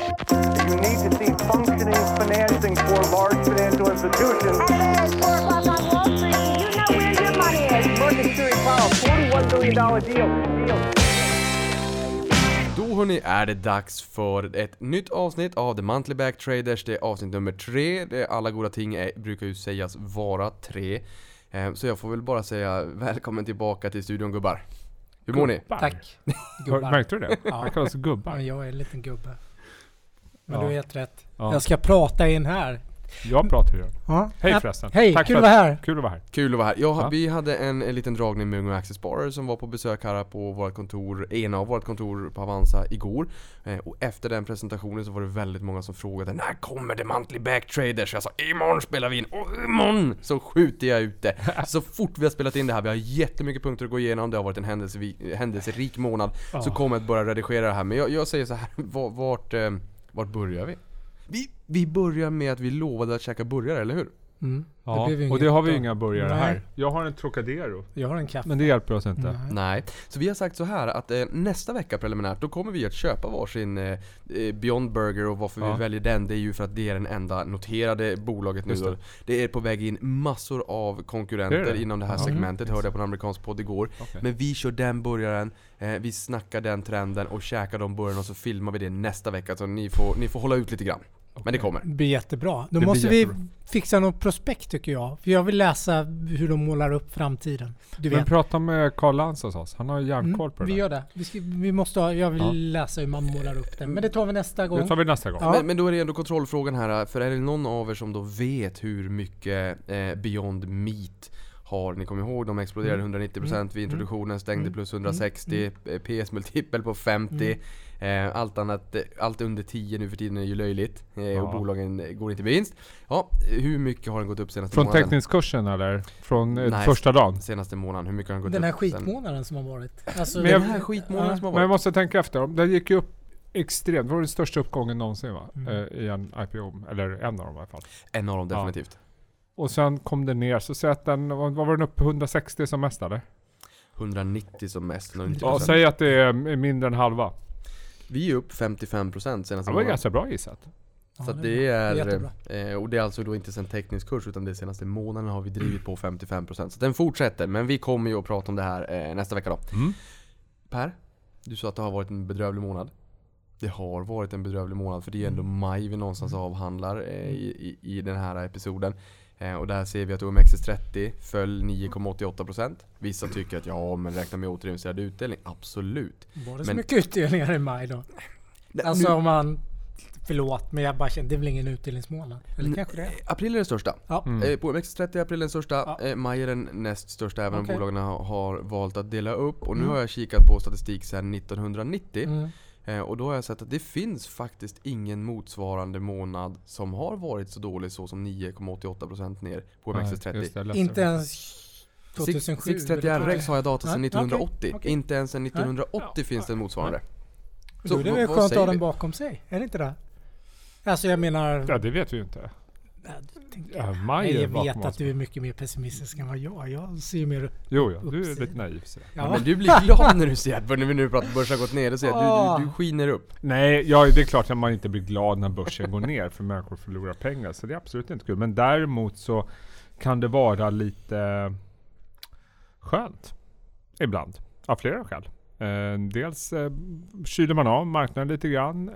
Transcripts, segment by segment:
You need to see functioning financing for large financial institutions. It's 4 o'clock on Wall Street. You know where your money is. Market Theory Powell, $41 billion deal. Då hörni är det dags för ett nytt avsnitt av The Monthly Back Traders. Det är avsnitt nummer 3. Alla goda ting brukar ju sägas vara 3. Så jag får väl bara säga välkommen tillbaka till studion, gubbar. Hur mår ni? Tack. Märkte du det? Ja. Han kallas gubbar. Ja, jag är en liten gubbe. Men Ja. du är helt rätt. Ja. Jag ska prata in här. Jag pratar ju. Ja. Hej förresten. Hej, Tack kul för att vara här. Kul att vara här. Kul att vara här. Ja. Vi hade en liten dragning med Unga Aktiesparare som var på besök här på vårt kontor, ena av vårt kontor på Avanza igår. Och efter den presentationen så var det väldigt många som frågade: när kommer The Monthly Back Traders? Jag sa: imorgon spelar vi in. Och imorgon så skjuter jag ut det. Så fort vi har spelat in det här, vi har jättemycket punkter att gå igenom. Det har varit en händelserik månad. Så kommer jag att börja redigera det här. Men jag säger så här, vart börjar vi? Vi börjar med att vi lovade att käka burgare, eller hur? Mm. Ja, blev ju och det inget har vi då. inga burgare Nej. här. Jag har en Trocadero. Jag har en kaffe. Men det hjälper oss inte. Nej, så vi har sagt så här att nästa vecka preliminärt, då kommer vi att köpa varsin Beyond Burger. Och varför vi väljer den, det är ju för att det är den enda noterade bolaget nu. Det är på väg in massor av konkurrenter inom det här segmentet, hörde jag på en amerikansk podd igår. Men vi kör den burgaren, vi snackar den trenden och käkar de burgarna, och så filmar vi det nästa vecka. Så ni får hålla ut lite grann. Men det kommer. Det blir jättebra. Då Det måste blir vi jättebra. fixa något prospekt, tycker jag. För jag vill läsa hur de målar upp framtiden. Du Men vet. prata med Carl Lantz hos oss. Han har järnkoll på det Vi där. gör det. Vi måste ha, jag vill läsa hur man målar upp den. Men det tar vi nästa gång. Det tar vi nästa gång. Ja. Men då är det ändå kontrollfrågan här. För är det någon av er som då vet hur mycket Beyond Meat har? Ni kommer ihåg, de exploderade 190% vid introduktionen, stängde plus 160, PS-multipel på 50. Allt under 10 nu för tiden är ju löjligt. Och bolagen går inte vinst. Ja, hur mycket har den gått upp senaste Från månaden? teckningskursen eller? Från Nej, första dagen? Senaste månaden, hur mycket har den gått Den här upp? skitmånaden som har varit. Alltså, Men Den här skitmånaden som har Men jag varit. måste tänka efter. Den gick ju upp extremt. Det var den största uppgången någonsin, va? I en IPO. Eller en av dem i alla fall. En av dem definitivt. Och sen kom den ner. Så säg att den, vad var den uppe 160 som mest, eller? 190 som mest. 190%. Ja, säg att det är mindre än halva. Vi är upp 55% senaste Det var månaden. ganska bra gissat. Så att det det är är jättebra. och det är alltså då inte sen teknisk kurs, utan det senaste månaden har vi drivit på 55%. Så den fortsätter, men vi kommer ju att prata om det här nästa vecka då. Per, du sa att det har varit en bedrövlig månad. Det har varit en bedrövlig månad, för det är ändå maj vi någonstans avhandlar i den här episoden. Och där ser vi att OMXS30 föll 9,88%. Vissa tycker att men räkna med återinvesterad utdelning. Absolut. Var det så mycket utdelningar i maj då? Alltså om man... Förlåt, men jag bara känner, det är väl ingen utdelningsmånad? Eller kanske det? April är den största. Ja. På OMXS30 är april den största. Maj är den näst största, även om bolagen har valt att dela upp. Och nu har jag kikat på statistik sedan 1990. Och då har jag sett att det finns faktiskt ingen motsvarande månad som har varit så dålig så som 9,88% ner på OMXS30. Inte ens 2007. 630 RX har jag data sedan 1980. okej. Inte ens sedan 1980 finns det en motsvarande. Så det är väl vad skönt att säger ha den vi? bakom sig, är det inte det? Alltså jag menar... Ja, det vet vi ju inte. Maj Nej, är jag bakom vet oss. att du är mycket mer pessimistisk än vad jag. Jag ser ju mer Jo, du är uppsida. lite naiv. Så. Ja, men du blir glad när du ser att när vi nu pratar börsen har gått ner och ser att du skiner upp. Nej, det är klart att man inte blir glad när börsen går ner för människor förlorar pengar. Så det är absolut inte kul. Men däremot så kan det vara lite skönt ibland. Av flera skäl. Dels kyler man av marknaden lite grann.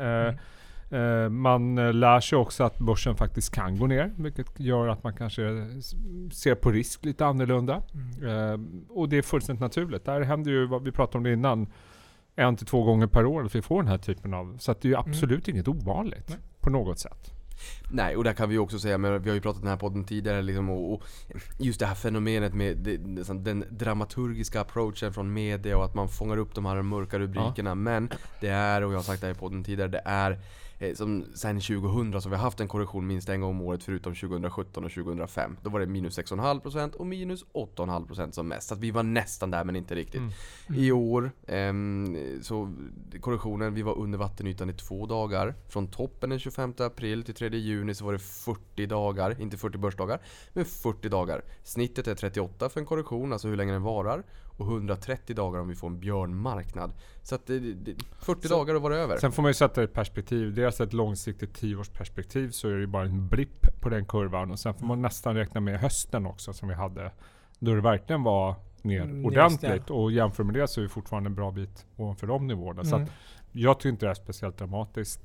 Man lär sig också att börsen faktiskt kan gå ner, vilket gör att man kanske ser på risk lite annorlunda. Och det är fullständigt naturligt. Där händer ju, vad vi pratade om det innan, 1 till 2 gånger per år att vi får den här typen av... Så att det är ju absolut inget ovanligt på något sätt. Nej, och där kan vi också säga, men vi har ju pratat den här podden tidigare liksom, och just det här fenomenet med den dramaturgiska approachen från media och att man fångar upp de här mörka rubrikerna. Men det är, och jag har sagt det här i podden tidigare, det är som sen 2000 så vi har haft en korrektion minst en gång om året, förutom 2017 och 2005. Då var det minus 6,5% och minus 8,5% som mest. Så att vi var nästan där, men inte riktigt. I år så korrektionen, vi var under vattenytan i 2 dagar. Från toppen den 25 april till 3 23 juni så var det 40 dagar, inte 40 börsdagar, men 40 dagar. Snittet är 38 för en korrektion, alltså hur länge den varar, och 130 dagar om vi får en björnmarknad. Så att 40 dagar och var det över. Sen får man ju sätta ett perspektiv. Dels ett långsiktigt 10-årsperspektiv så är det ju bara en blipp på den kurvan. Och sen får man nästan räkna med hösten också som vi hade. Då det verkligen var ner ordentligt. Och jämför med det så är vi fortfarande en bra bit ovanför de nivåerna. Så att jag tycker inte det är speciellt dramatiskt.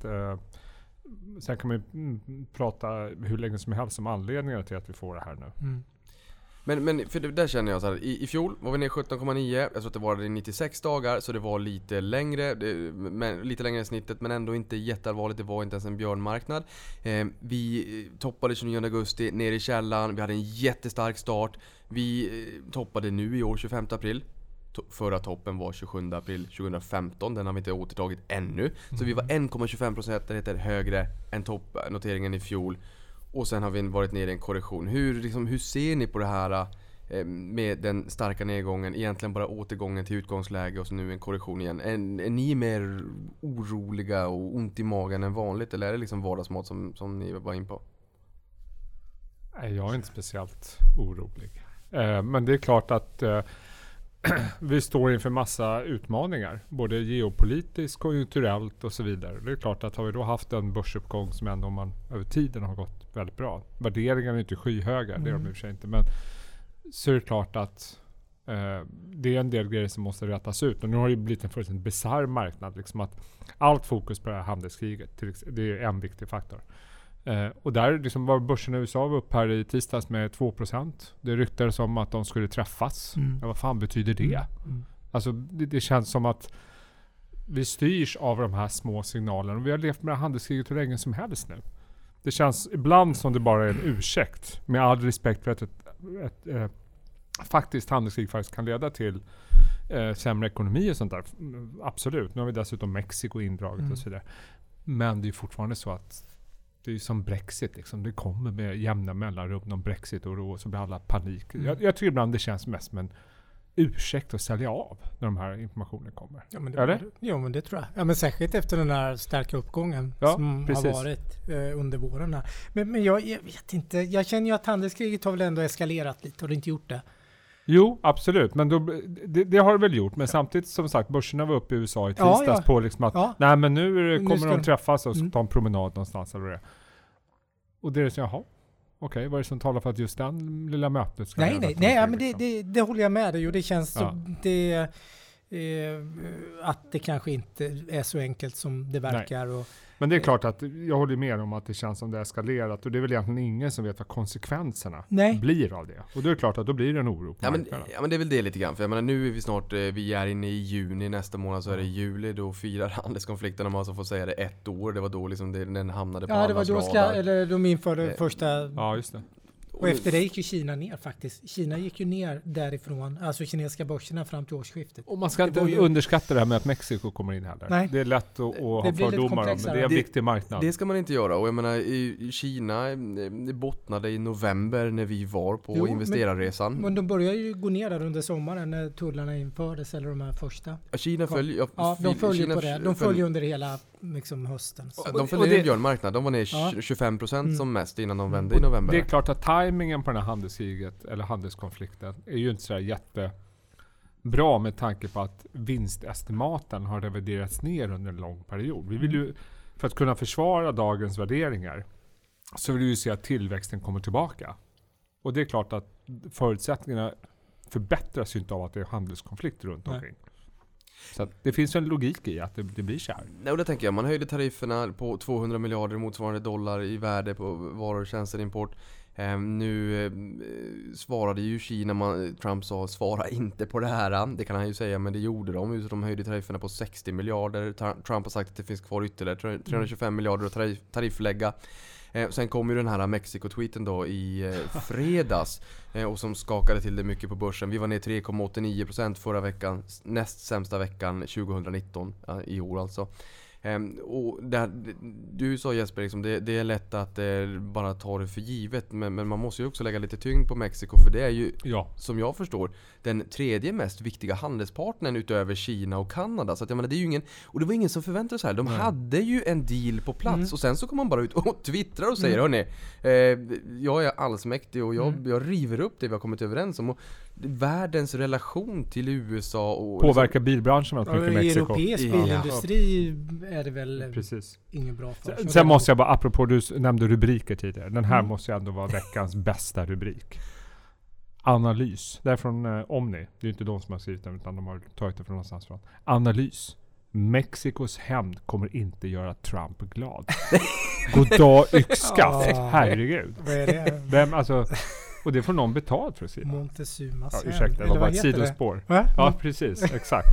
Sen kan man ju prata hur länge som helst om anledningar till att vi får det här nu. Men för det där känner jag så här, i fjol var vi ner 17,9. Jag tror att det var i 96 dagar, så det var lite längre, lite längre än snittet, men ändå inte jätteallvarligt. Det var inte ens en björnmarknad. Vi toppade 29 augusti ner i källan. Vi hade en jättestark start. Vi toppade nu i år 25 april. Förra toppen var 27 april 2015. Den har vi inte återtagit ännu. Så vi var 1,25% högre än toppnoteringen i fjol. Och sen har vi varit nere i en korrektion. Hur ser ni på det här med den starka nedgången? Egentligen bara återgången till utgångsläge och så nu en korrektion igen. Är ni mer oroliga och ont i magen än vanligt? Eller är det liksom vardagsmat som ni var in på? Nej, jag är inte speciellt orolig. Men det är klart att vi står inför massa utmaningar. Både geopolitiskt, konjunkturellt och så vidare. Det är klart att har vi då haft en börsuppgång som ändå man över tiden har gått väldigt bra. Värderingarna är inte skyhöga, det är de i och för sig inte. Men så är det klart att det är en del grejer som måste rättas ut. Och nu har det blivit en fullständigt bizarr marknad. Liksom att allt fokus på det här handelskriget, det är en viktig faktor. Och där liksom var börsen i USA var upp här i tisdags med 2%. Det ryktades om att de skulle träffas. Ja, vad fan betyder det? Alltså det känns som att vi styrs av de här små signalerna. Och vi har levt med det här handelskriget hur länge som helst nu. Det känns ibland som det bara är en ursäkt. Med all respekt för att ett faktiskt handelskrig faktiskt kan leda till sämre ekonomi och sånt där. Absolut. Nu har vi dessutom Mexiko indraget och så vidare. Men det är fortfarande så att det är som Brexit liksom. Det kommer med jämna mellanrum någon Brexit och så blir alla panik. Jag tycker ibland det känns mest som en ursäkt att sälja av när de här informationen kommer. Ja, men Eller? Det tror jag. Ja, men särskilt efter den här starka uppgången som har varit under våren här. Men jag vet inte. Jag känner ju att handelskriget har väl ändå eskalerat lite. Har det inte gjort det? Jo, absolut. Men det har det väl gjort. Men samtidigt som sagt, börserna var uppe i USA i tisdags på liksom att nej men nu kommer de träffas och ta en promenad någonstans eller det. Och det är så, jaha. Okej, vad är det som talar för att just den lilla mötet ska Nej, men det håller jag med dig. Och det känns som att det kanske inte är så enkelt som det verkar. Och, men det är klart att jag håller med om att det känns som det är eskalerat. Och det är väl egentligen ingen som vet vad konsekvenserna blir av det. Och då är det klart att då blir det en oro på marknaden. Men det är väl det lite grann. För jag menar, nu är vi snart, vi är inne i juni, nästa månad så är det juli. Då firar handelskonflikten, om man så får säga det, 1 år. Det var då liksom den hamnade på allas radar. Ja, det var då de införde första... Ja, just det. Och efter det gick ju Kina ner faktiskt. Kina gick ju ner därifrån, alltså kinesiska börserna fram till årsskiftet. Och man ska inte underskatta det här med att Mexiko kommer in heller. Nej. Det är lätt att ha fördomar om, men det är en viktig marknad. Det ska man inte göra. Och jag menar, i Kina bottnade i november när vi var på investerarresan. Men de började ju gå ner där under sommaren när tullarna infördes, eller de här första. Kina följer... de följer på det. De följer under hela liksom, hösten. De följer en björnmarknad. De var ner 25% som mest innan de vände i november. Det är klart att tajmingen på den här handelskriget eller handelskonflikten är ju inte så jättebra med tanke på att vinstestimaten har reviderats ner under en lång period. Vi vill ju, för att kunna försvara dagens värderingar, så vill vi ju se att tillväxten kommer tillbaka. Och det är klart att förutsättningarna förbättras ju inte av att det är handelskonflikt runt omkring. Så att det finns en logik i att det blir så här. Nej, och det tänker jag. Man höjde tarifferna på 200 miljarder motsvarande dollar i värde på varor och tjänster import. Nu svarade ju Kina, Trump sa svara inte på det här. Det kan han ju säga, men det gjorde de. Så de höjde tarifferna på 60 miljarder. Trump har sagt att det finns kvar ytterligare 325 miljarder att tarifflägga. Sen kom ju den här Mexiko-tweeten då i fredags och som skakade till det mycket på börsen. Vi var ner 3,89% förra veckan, näst sämsta veckan 2019 i år alltså. Och du sa Jesper, liksom, det är lätt att bara ta det för givet, men man måste ju också lägga lite tyngd på Mexiko, för det är ju, som jag förstår, den tredje mest viktiga handelspartnern utöver Kina och Kanada. Så att jag menar, det är ju ingen, och det var ingen som förväntade sig här. De hade ju en deal på plats och sen så kommer man bara ut och twittrar och säger hörni, jag är allsmäktig och jag river upp det vi har kommit överens om. Och världens relation till USA och påverkar bilbranschen väldigt mycket i Mexiko. Europeisk bilindustri är det väl ingen bra för. Sen måste jag bara, apropå du nämnde rubriker tidigare, den här måste ju ändå vara veckans bästa rubrik. Analys. Det är från Omni. Det är inte de som har skrivit den, utan de har tagit det från någonstans från. Analys. Mexikos hämnd kommer inte göra Trump glad. Goddag yxskaft. Herregud. Vad är det? Vem, alltså, och det får någon betalt för att skriva. Montezumas hämnd. Ursäkta, det var bara ett sidospår. Ja, precis. Exakt.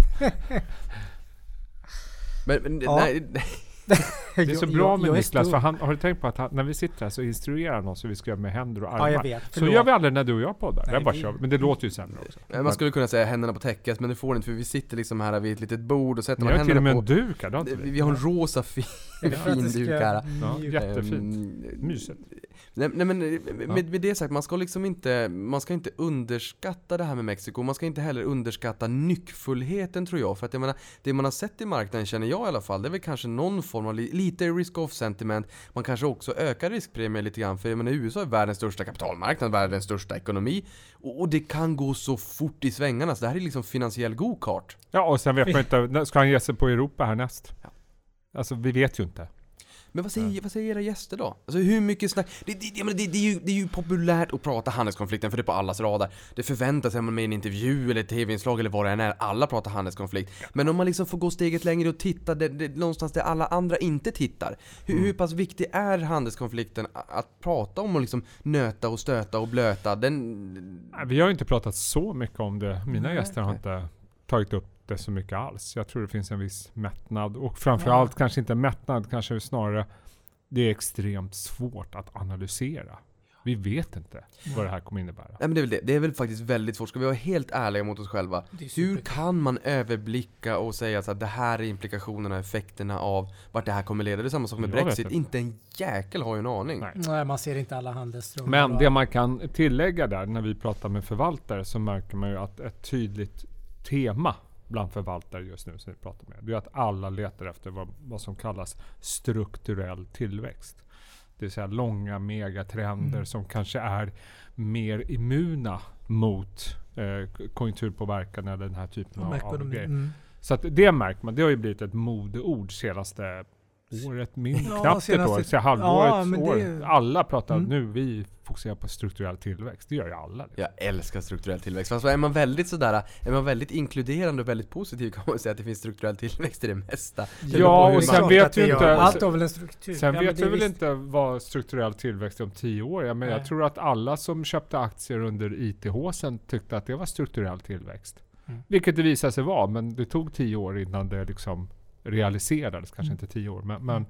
Men nej. Det är så bra med Niklas, för har du tänkt på att när vi sitter här så instruerar han oss hur vi ska göra med händer och armar. Ja, jag vet. Så gör vi aldrig när du och jag poddar. Men det låter ju sämre också. Man skulle kunna säga händerna på täcket, men det får inte, för vi sitter liksom här vid ett litet bord och sätter man händerna på. Vi har till och med en duk här. Vi har en rosa fin duk här. Ja, jättefint. Mysigt. Nej, men med det sagt, man ska inte underskatta det här med Mexiko. Man ska inte heller underskatta nyckfullheten, tror jag. För att jag menar, det man har sett i marknaden, känner jag i alla fall, det är väl kanske någon form av lite risk-off-sentiment. Man kanske också ökar riskpremien lite grann. För jag menar, USA är världens största kapitalmarknad, världens största ekonomi. Och det kan gå så fort i svängarna. Så det här är liksom finansiell go-kart. Ja, och sen vet man inte, ska han ge sig på Europa härnäst? Ja. Alltså, vi vet ju inte. Men vad säger era gäster då? Alltså hur mycket snack... Det är ju populärt att prata handelskonflikten, för det är på allas radar. Det förväntas att man med en intervju eller ett tv-inslag eller vad det än är. Alla pratar handelskonflikt. Men om man liksom får gå steget längre och titta någonstans där alla andra inte tittar. Hur pass viktig är handelskonflikten att prata om och liksom nöta och stöta och blöta? Vi har ju inte pratat så mycket om det. Mina gäster har inte tagit upp det så mycket alls. Jag tror det finns en viss mättnad, och framförallt kanske inte mättnad, kanske snarare det är extremt svårt att analysera. Vi vet inte vad det här kommer innebära. Nej, men det är väl faktiskt väldigt svårt. Ska vi vara helt ärliga mot oss själva? Hur kan man överblicka och säga att det här är implikationerna, effekterna av vart det här kommer leda? Det är samma sak med Brexit. Inte en jäkel har ju en aning. Nej, man ser inte alla handelsströmmar. Men det man kan tillägga där, när vi pratar med förvaltare, så märker man ju att ett tydligt tema bland förvaltare just nu som vi pratar med, det är att alla letar efter vad som kallas strukturell tillväxt. Det vill säga långa megatrender som kanske är mer immuna mot konjunkturpåverkan eller den här typen av grejer. Så att det märker man, det har ju blivit ett modeord senaste året, knappt ett år, så halvåret, år. Alla pratar nu, vi fokuserar på strukturell tillväxt. Det gör ju alla. Jag älskar strukturell tillväxt. Fast är man väldigt inkluderande och väldigt positiv, kan man säga att det finns strukturell tillväxt i det mesta. Ja, och sen vet ju inte... Allt har väl en struktur. Sen vet vi väl inte vad strukturell tillväxt är om 10 år. Men jag tror att alla som köpte aktier under ITH-sen tyckte att det var strukturell tillväxt. Vilket det visade sig vara, men det tog 10 år innan det liksom realiserades, kanske inte 10 år, men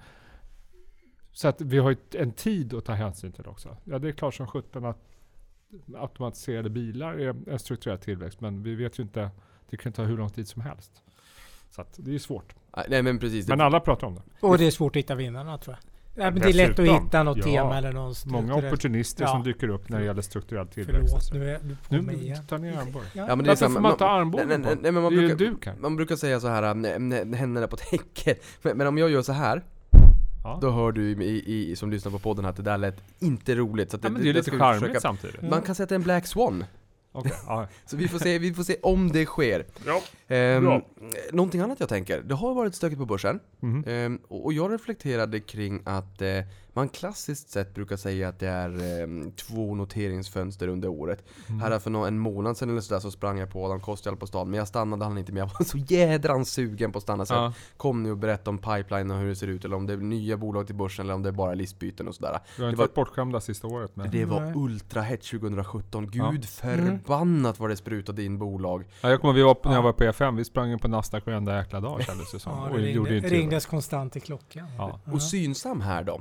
så att vi har en tid att ta hänsyn till också. Ja, det är klart som 17 att automatiserade bilar är en strukturell tillväxt, men vi vet ju inte, det kan ta hur lång tid som helst. Så att det är svårt. Nej, men precis. Men alla pratar om det. Och det är svårt att hitta vinnarna, tror jag. Ja, men det är lätt att hitta något tema eller någon strukturell... Många opportunister som dyker upp när det gäller strukturell tillväxt. Förlåt, nu tar ni armbåg. Ja, men det är varför får man ta armbågen på? Nej, men man brukar säga så här, händerna på täcket. Men om jag gör så här, då hör du som lyssnar på podden att det där lät inte roligt. Så att men det är lite charmigt samtidigt. Man kan sätta en Black Swan. Okay. Så vi får se om det sker. Någonting annat jag tänker, det har varit stökigt på börsen. Och jag reflekterade kring att man klassiskt sett brukar säga att det är 2 noteringsfönster under året. Här för en månad sedan eller sådär så sprang jag på Adam Kostial på stan, men jag stannade han inte med. Jag var så jädrans sugen på att stanna. Så kom ni och berätta om pipeline och hur det ser ut, eller om det är nya bolag till börsen eller om det är bara listbyten och sådär. Du har inte varit bortskämda sista året. Men. Det var ultrahett 2017. Gud förbannat vad det sprutade in bolag. Ja, jag kommer när jag var på EFM, vi sprang på Nasdaq varenda jäkla dag, kändes det som. Det ringdes konstant i klockan. Och Synsam här då. Det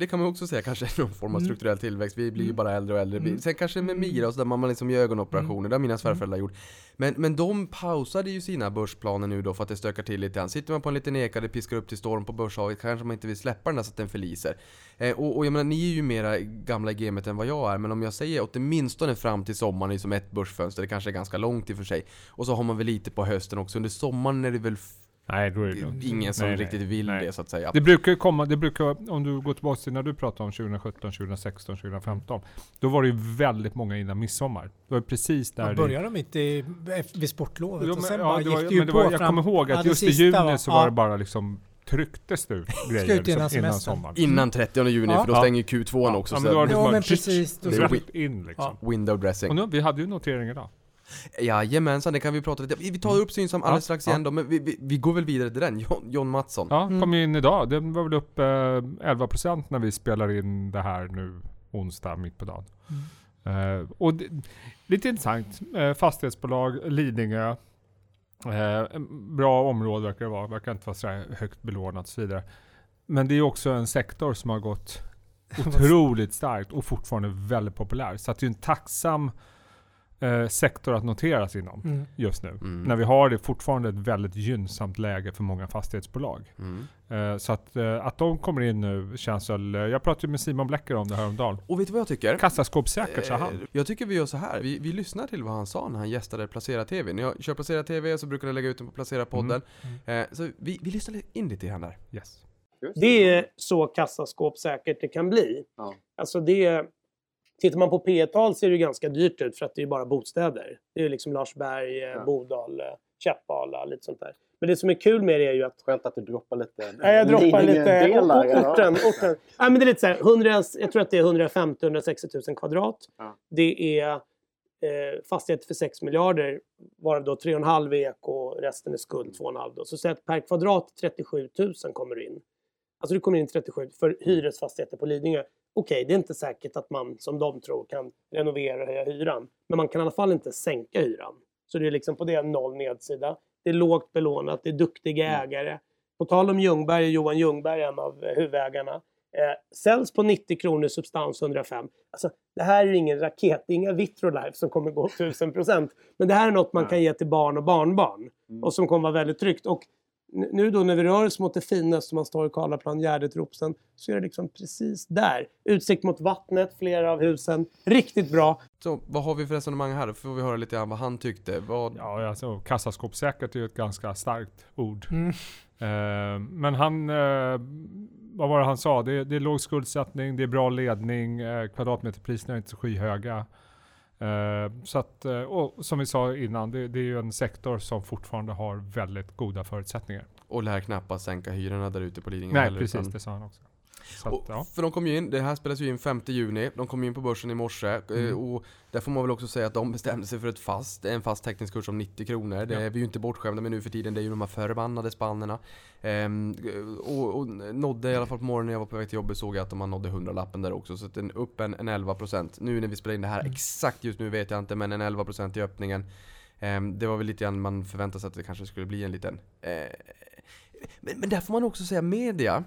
det kan man också säga kanske någon form av strukturell tillväxt. Vi blir ju bara äldre och äldre. Sen kanske med Mira och så där man liksom gör ögonoperationer. Det har mina svärföräldrar gjort. Men de pausade ju sina börsplaner nu då för att det stökar till lite grann. Sitter man på en liten eka, det piskar upp till storm på börshavet, kanske man inte vill släppa den där så att den förliser. Och jag menar, ni är ju mera gamla i gamet än vad jag är. Men om jag säger åtminstone fram till sommaren är som ett börsfönster, det kanske är ganska långt i och för sig. Och så har man väl lite på hösten också. Under sommaren är det väl Nej, då är det ingen som riktigt vill det så att säga. Det brukar om du går tillbaka till när du pratade om 2017, 2016, 2015. Då var det ju väldigt många innan midsommar. Det var precis där. Började de inte vid sportlovet? Och sen bara gick det ju på jag kommer ihåg att just i juni så var det bara liksom trycktes du grejer liksom, innan sommaren. Innan 30 juni, för då stänger Q2 också. Ja, men ja, men precis. Det är in liksom. Window dressing. Och nu, vi hade ju notering idag. Jajamensan, det kan vi prata lite. Vi tar upp Synsam alldeles strax igen då, men vi går väl vidare till den. John Mattsson. Ja, kom in idag. Det var väl upp 11% när vi spelar in det här nu onsdag mitt på dagen. Och lite intressant. Fastighetsbolag, Lidingö. Bra område verkar det vara. Verkar inte vara så här högt belånat och så vidare. Men det är också en sektor som har gått otroligt starkt och fortfarande väldigt populär. Så att det är en tacksam sektor att noteras inom just nu. När vi har det fortfarande ett väldigt gynnsamt läge för många fastighetsbolag. Så att de kommer in nu känns väl... Jag pratade med Simon Blecker om det här om dagen. Och vet du vad jag tycker? Kassaskåpssäkert, sa han. Jag tycker vi gör så här. Vi lyssnar till vad han sa när han gästade Placera TV. När jag kör Placera TV så brukar jag lägga ut den på Placera-podden. Så vi lyssnar in lite i han där. Yes. Det är så kassaskåpssäkert det kan bli. Ja. Alltså tittar man på P-tal ser det ganska dyrt ut för att det är bara bostäder. Det är liksom Larsberg, Bodal, Käppala, lite sånt där. Men det som är kul med det är ju att... Skönt att du droppar lite... Ja, jag droppar lite orten. Ja, men det är lite så här, jag tror att det är 150-160 000 kvadrat. Ja. Det är fastigheter för 6 miljarder, varav då 3,5 ek och resten är skuld 2,5 då. Så att per kvadrat 37 000 kommer in. Alltså det kommer in 37 för hyresfastigheter på Lidingö. Okej, det är inte säkert att man som de tror kan renovera och höja hyran. Men man kan i alla fall inte sänka hyran. Så det är liksom på det noll nedsida. Det är lågt belånat, det är duktiga ägare. På tal om Ljungberg, Johan Ljungberg, en av huvudägarna. Säljs på 90 kronor, substans 105. Alltså, det här är ingen raket, det är inga Vitrolife som kommer gå 1000%. Men det här är något man kan ge till barn och barnbarn. Och som kommer vara väldigt tryggt. Och nu då när vi rör oss mot det finaste som man står i Karlaplan, Gärdet, Ropsten, så är det liksom precis där. Utsikt mot vattnet, flera av husen. Riktigt bra. Så vad har vi för resonemang här? Då får vi höra lite grann vad han tyckte. Ja, alltså kassaskåpssäkert är ju ett ganska starkt ord. Men han... vad var det han sa? Det är låg skuldsättning, det är bra ledning, kvadratmeterpriserna är inte så skyhöga. Så att, och som vi sa innan, det är ju en sektor som fortfarande har väldigt goda förutsättningar. Och lär knappast sänka hyrorna där ute på Lidingö. Nej, precis, det sa han också. Så att, för de kom ju in, det här spelas ju in 5 juni, de kom in på börsen i morse och där får man väl också säga att de bestämde sig för en fast teckningskurs om 90 kronor. Det är vi ju inte bortskämda med nu för tiden, det är ju de här förbannade spannerna. Och nådde i alla fall på morgonen när jag var på väg till jobbet såg jag att de nådde 100-lappen där också, så att upp en 11%. Nu när vi spelar in det här, exakt just nu vet jag inte, men en 11% i öppningen. Det var väl lite grann man förväntade sig att det kanske skulle bli en liten... Men där får man också säga media...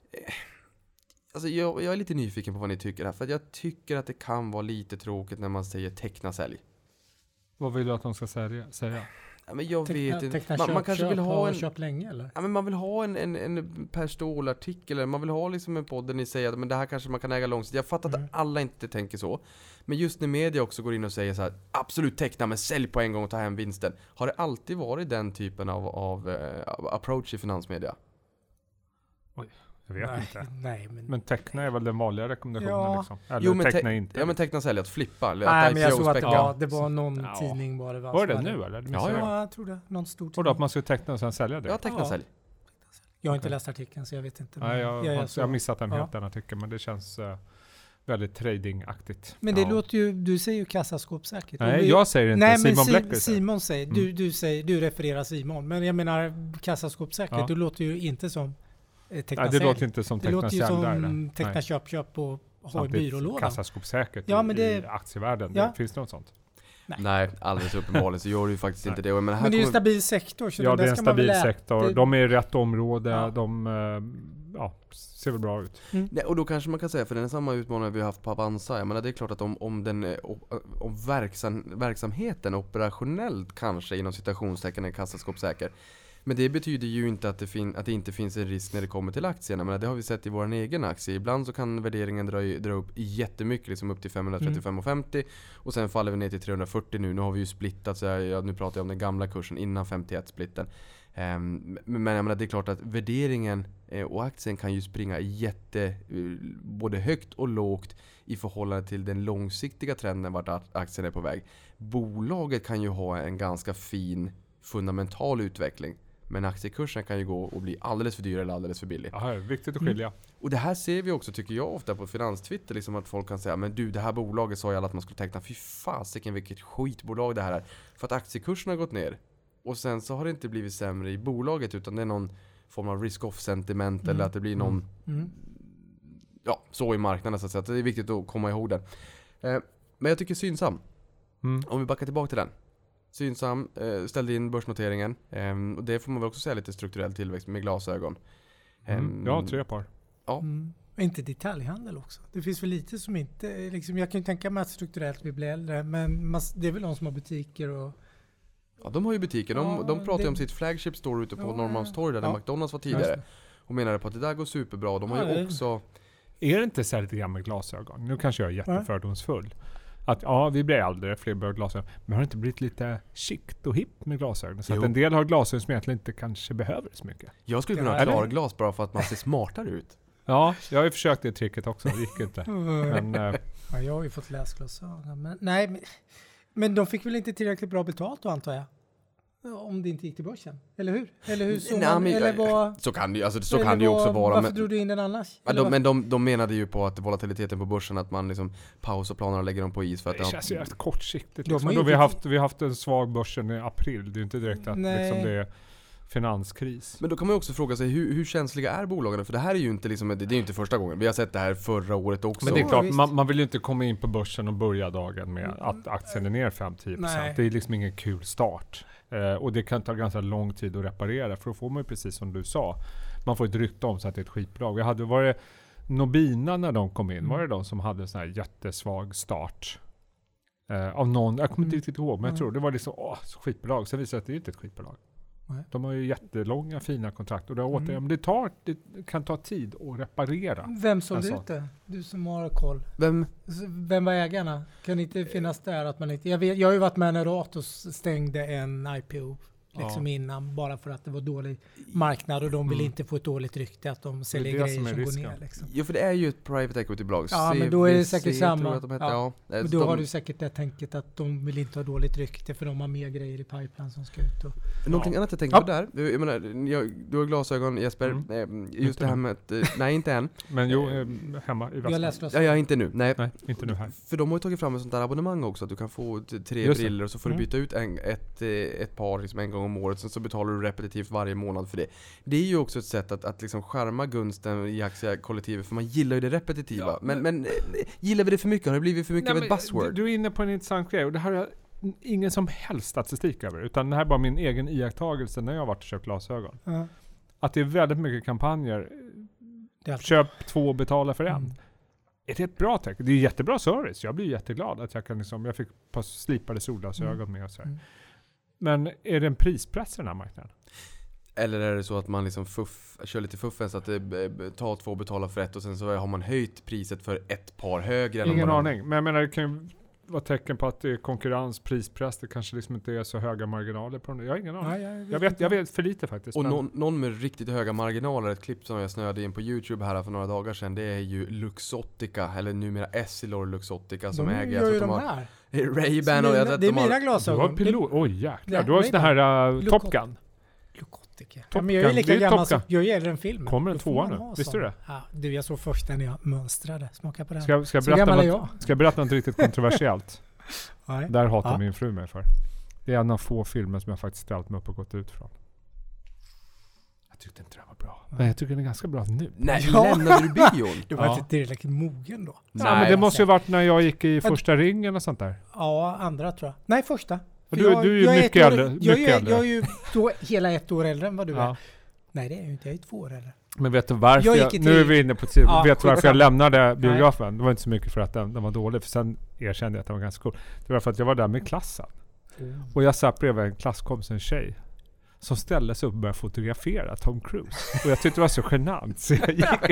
Alltså jag är lite nyfiken på vad ni tycker här. För att jag tycker att det kan vara lite tråkigt när man säger teckna sälj. Vad vill du att de ska säga? Ja, men jag vet inte. Man kanske vill ha en... Köp länge, eller? Ja, men man vill ha en Per Ståhl-artikel. Eller man vill ha liksom en podd där ni säger att men det här kanske man kan äga långsiktigt. Jag fattar att alla inte tänker så. Men just när media också går in och säger så här: absolut teckna, men sälj på en gång och ta hem vinsten. Har det alltid varit den typen av approach i finansmedia? Oj. Jag vet inte. Nej, men teckna är väl den vanliga rekommendationen liksom. Eller jo, men teckna inte. Ja, men teckna sälj, att flippa. Eller nej, att men jag såg att det var någon tidning bara. Var det nu eller? Ja, jag tror det. Någon stor tidning. Och då att man ska teckna och sen sälja det? Ja, teckna sälj. Jag har inte läst artikeln så jag vet inte. Nej, jag har missat den artikeln, men det känns väldigt tradingaktigt. Men det låter ju, du säger ju kassaskåpssäkert. Nej, jag säger inte. Nej, Simon Blecker Simon säger, du refererar Simon. Men jag menar kassaskåpssäkert, det låter ju inte som nej, det låter inte som teckna sälj där. Det låter ju som teckna köp och ha i byrålådan. Kassaskåpssäkert i aktievärlden. Ja. Finns det något sånt? Nej, alldeles uppenbarligen så gör det ju faktiskt inte det. Men det är ju en stabil sektor. Så det är en stabil sektor. De är i rätt område. Ja. ser väl bra ut. Nej, och då kanske man kan säga, för den är samma utmaning vi har haft på Avanza. Jag menar, det är klart att om verksamheten operationellt kanske inom citationstecken är kassaskåpssäker. Men det betyder ju inte att det inte finns en risk när det kommer till aktierna. Men det har vi sett i vår egen aktie. Ibland så kan värderingen dra upp jättemycket, liksom upp till 535,50 och sen faller vi ner till 340 nu. Nu har vi ju splittat, så nu pratar jag om den gamla kursen innan 51-splitten. Men jag menar, det är klart att värderingen och aktien kan ju springa både högt och lågt i förhållande till den långsiktiga trenden vart aktien är på väg. Bolaget kan ju ha en ganska fin fundamental utveckling. Men aktiekursen kan ju gå och bli alldeles för dyr eller alldeles för billig. Ja, viktigt att skilja. Och det här ser vi också, tycker jag, ofta på Finanstwitter. Liksom att folk kan säga, men du, det här bolaget sa ju alla att man skulle teckna. Fy fasiken, vilket skitbolag det här är. För att aktiekursen har gått ner. Och sen så har det inte blivit sämre i bolaget, utan det är någon form av risk-off-sentiment. Eller att det blir någon... så i marknaden, så att säga. Det är viktigt att komma ihåg det. Men jag tycker Synsam. Om vi backar tillbaka till den. Synsam ställde in börsnoteringen. Och det får man väl också säga lite strukturell tillväxt med glasögon. Ja, 3 par. Ja. Inte detaljhandel också. Det finns väl lite som inte... Liksom, jag kan ju tänka mig att strukturellt vi blir äldre. Men det är väl de som har butiker och... Ja, de har ju butiker. De pratar ju om sitt flagship store ute på Norrmalmstorg där McDonalds var tidigare. Och menade på att det där går superbra. De har ju också... Är det inte så här lite grann med glasögon? Nu kanske jag är jättefördomsfull. Att vi blir äldre, fler behöver glasögon. Men har det inte blivit lite chict och hipp med glasögon? Så att en del har glasögon som egentligen inte kanske behöver så mycket. Jag skulle kunna ha klarglas bara för att man ser smartare ut. Ja, jag har ju försökt det tricket också. Det gick inte. Men, jag har ju fått läsglasögon. Men de fick väl inte tillräckligt bra betalt då, antar jag? Om det inte gick till börsen. Eller hur? Eller hur? Så kan det ju också vara. Varför drog du in den annars? De menade ju på att volatiliteten på börsen, att man liksom pausar planerna och lägger dem på is. För att det känns ju rätt kortsiktigt. Liksom. Vi har haft en svag börsen i april. Det är inte direkt att liksom, det är finanskris. Men då kan man också fråga sig, hur känsliga är bolagen? För det här är ju inte, liksom, det är inte första gången. Vi har sett det här förra året också. Men det är klart, man vill ju inte komma in på börsen och börja dagen med att aktien är ner 5-10%. Det är liksom ingen kul start. Och det kan ta ganska lång tid att reparera, för då får man ju, precis som du sa, man får ett rykte om så att det är ett skitbolag. Var det Nobina när de kom in, var det de som hade en sån här jättesvag start av någon, jag kommer inte riktigt ihåg, men jag tror det var liksom skitbolag. Sen visade det att det är inte ett skitbolag. De har ju jättelånga fina kontrakt och men det kan ta tid att reparera. Vem sålde ut det? Du som har koll. Vem var ägarna? Kan det inte finnas där att man inte... Jag har ju varit med när Ratos stängde en IPO innan, bara för att det var dålig marknad och de vill inte få ett dåligt rykte att de säljer grejer som går ner. Liksom. Ja, för det är ju ett private equity-bolag. Ja, men då är det säkert samma. Men då har du säkert det tänket att de vill inte ha dåligt rykte för de har mer grejer i pipeline som ska ut. Någonting annat jag tänkte på där. Jag menar, du har glasögon, Jesper. Just det här med att... Nej, inte än. Men hemma i väskan. Ja, inte nu. Nej, inte nu här. För de har ju tagit fram ett sånt där abonnemang också. Att du kan få 3 briller och så får du byta ut ett par liksom en gång om året. Sen så betalar du repetitivt varje månad för det. Det är ju också ett sätt att liksom skärma gunsten i aktiekollektivet, för man gillar ju det repetitiva. Ja, men gillar vi det för mycket? Har det blivit för mycket av ett buzzword? Du är inne på en intressant grej, och det här är ingen som helst statistik över, utan det här är bara min egen iakttagelse när jag har varit och köpt glasögon. Att det är väldigt mycket kampanjer. Köp 2 och betala för en. Är det ett bra tecken? Det är jättebra service. Jag blir jätteglad att jag kan jag fick ett par slipade solglasögon med och så här. Men är det en prispress i den här marknaden? Eller är det så att man liksom kör lite fuffen så att det tar 2 betalar för 1 och sen så har man höjt priset för ett par högre? Ingen aning. Men jag menar, det kan ju vara tecken på att det är konkurrens, prispress. Det kanske liksom inte är så höga marginaler på den. Jag har ingen aning. Jag vet för lite faktiskt. Och någon med riktigt höga marginaler, ett klipp som jag snöade in på YouTube här för några dagar sedan, det är ju Luxottica, eller numera Essilor Luxottica som äger. Gör ju de här. Ray-Ban och det är mina glasögon. Du har oj jäklar. Du har sån här Top Gun. Ja, men jag är lika gammal som jag är äldre än filmen. Kommer en 2 nu? Visste du det? Ja, jag såg först när jag mönstrade. Smaka på den. Ska jag berätta något riktigt kontroversiellt? Där hatar min fru mig för. Det är en av få filmer som jag faktiskt ställt mig upp och gått ut från. Jag tyckte inte det var bra. Nej, jag tycker den är ganska bra nu. Nej, lämnade du bion? Du var inte tillräckligt mogen då. Nej, men det måste ju varit när jag gick i första ringen och sånt där. Ja, andra tror jag. Nej, första. Du är ju mycket äldre. Jag är ju då hela 1 år äldre än vad du är. Nej, det är ju inte. Jag är 2 år äldre. Men vet du varför nu är vi inne på vet du varför jag lämnade biografen? Det var inte så mycket för att den var dålig, för sen erkände jag att den var ganska cool. Det var för att jag var där med klassen. Och jag satt bredvid en klasskompis, en tjej, som ställde sig upp och började fotografera Tom Cruise. Och jag tyckte det var så genant, så jag gick.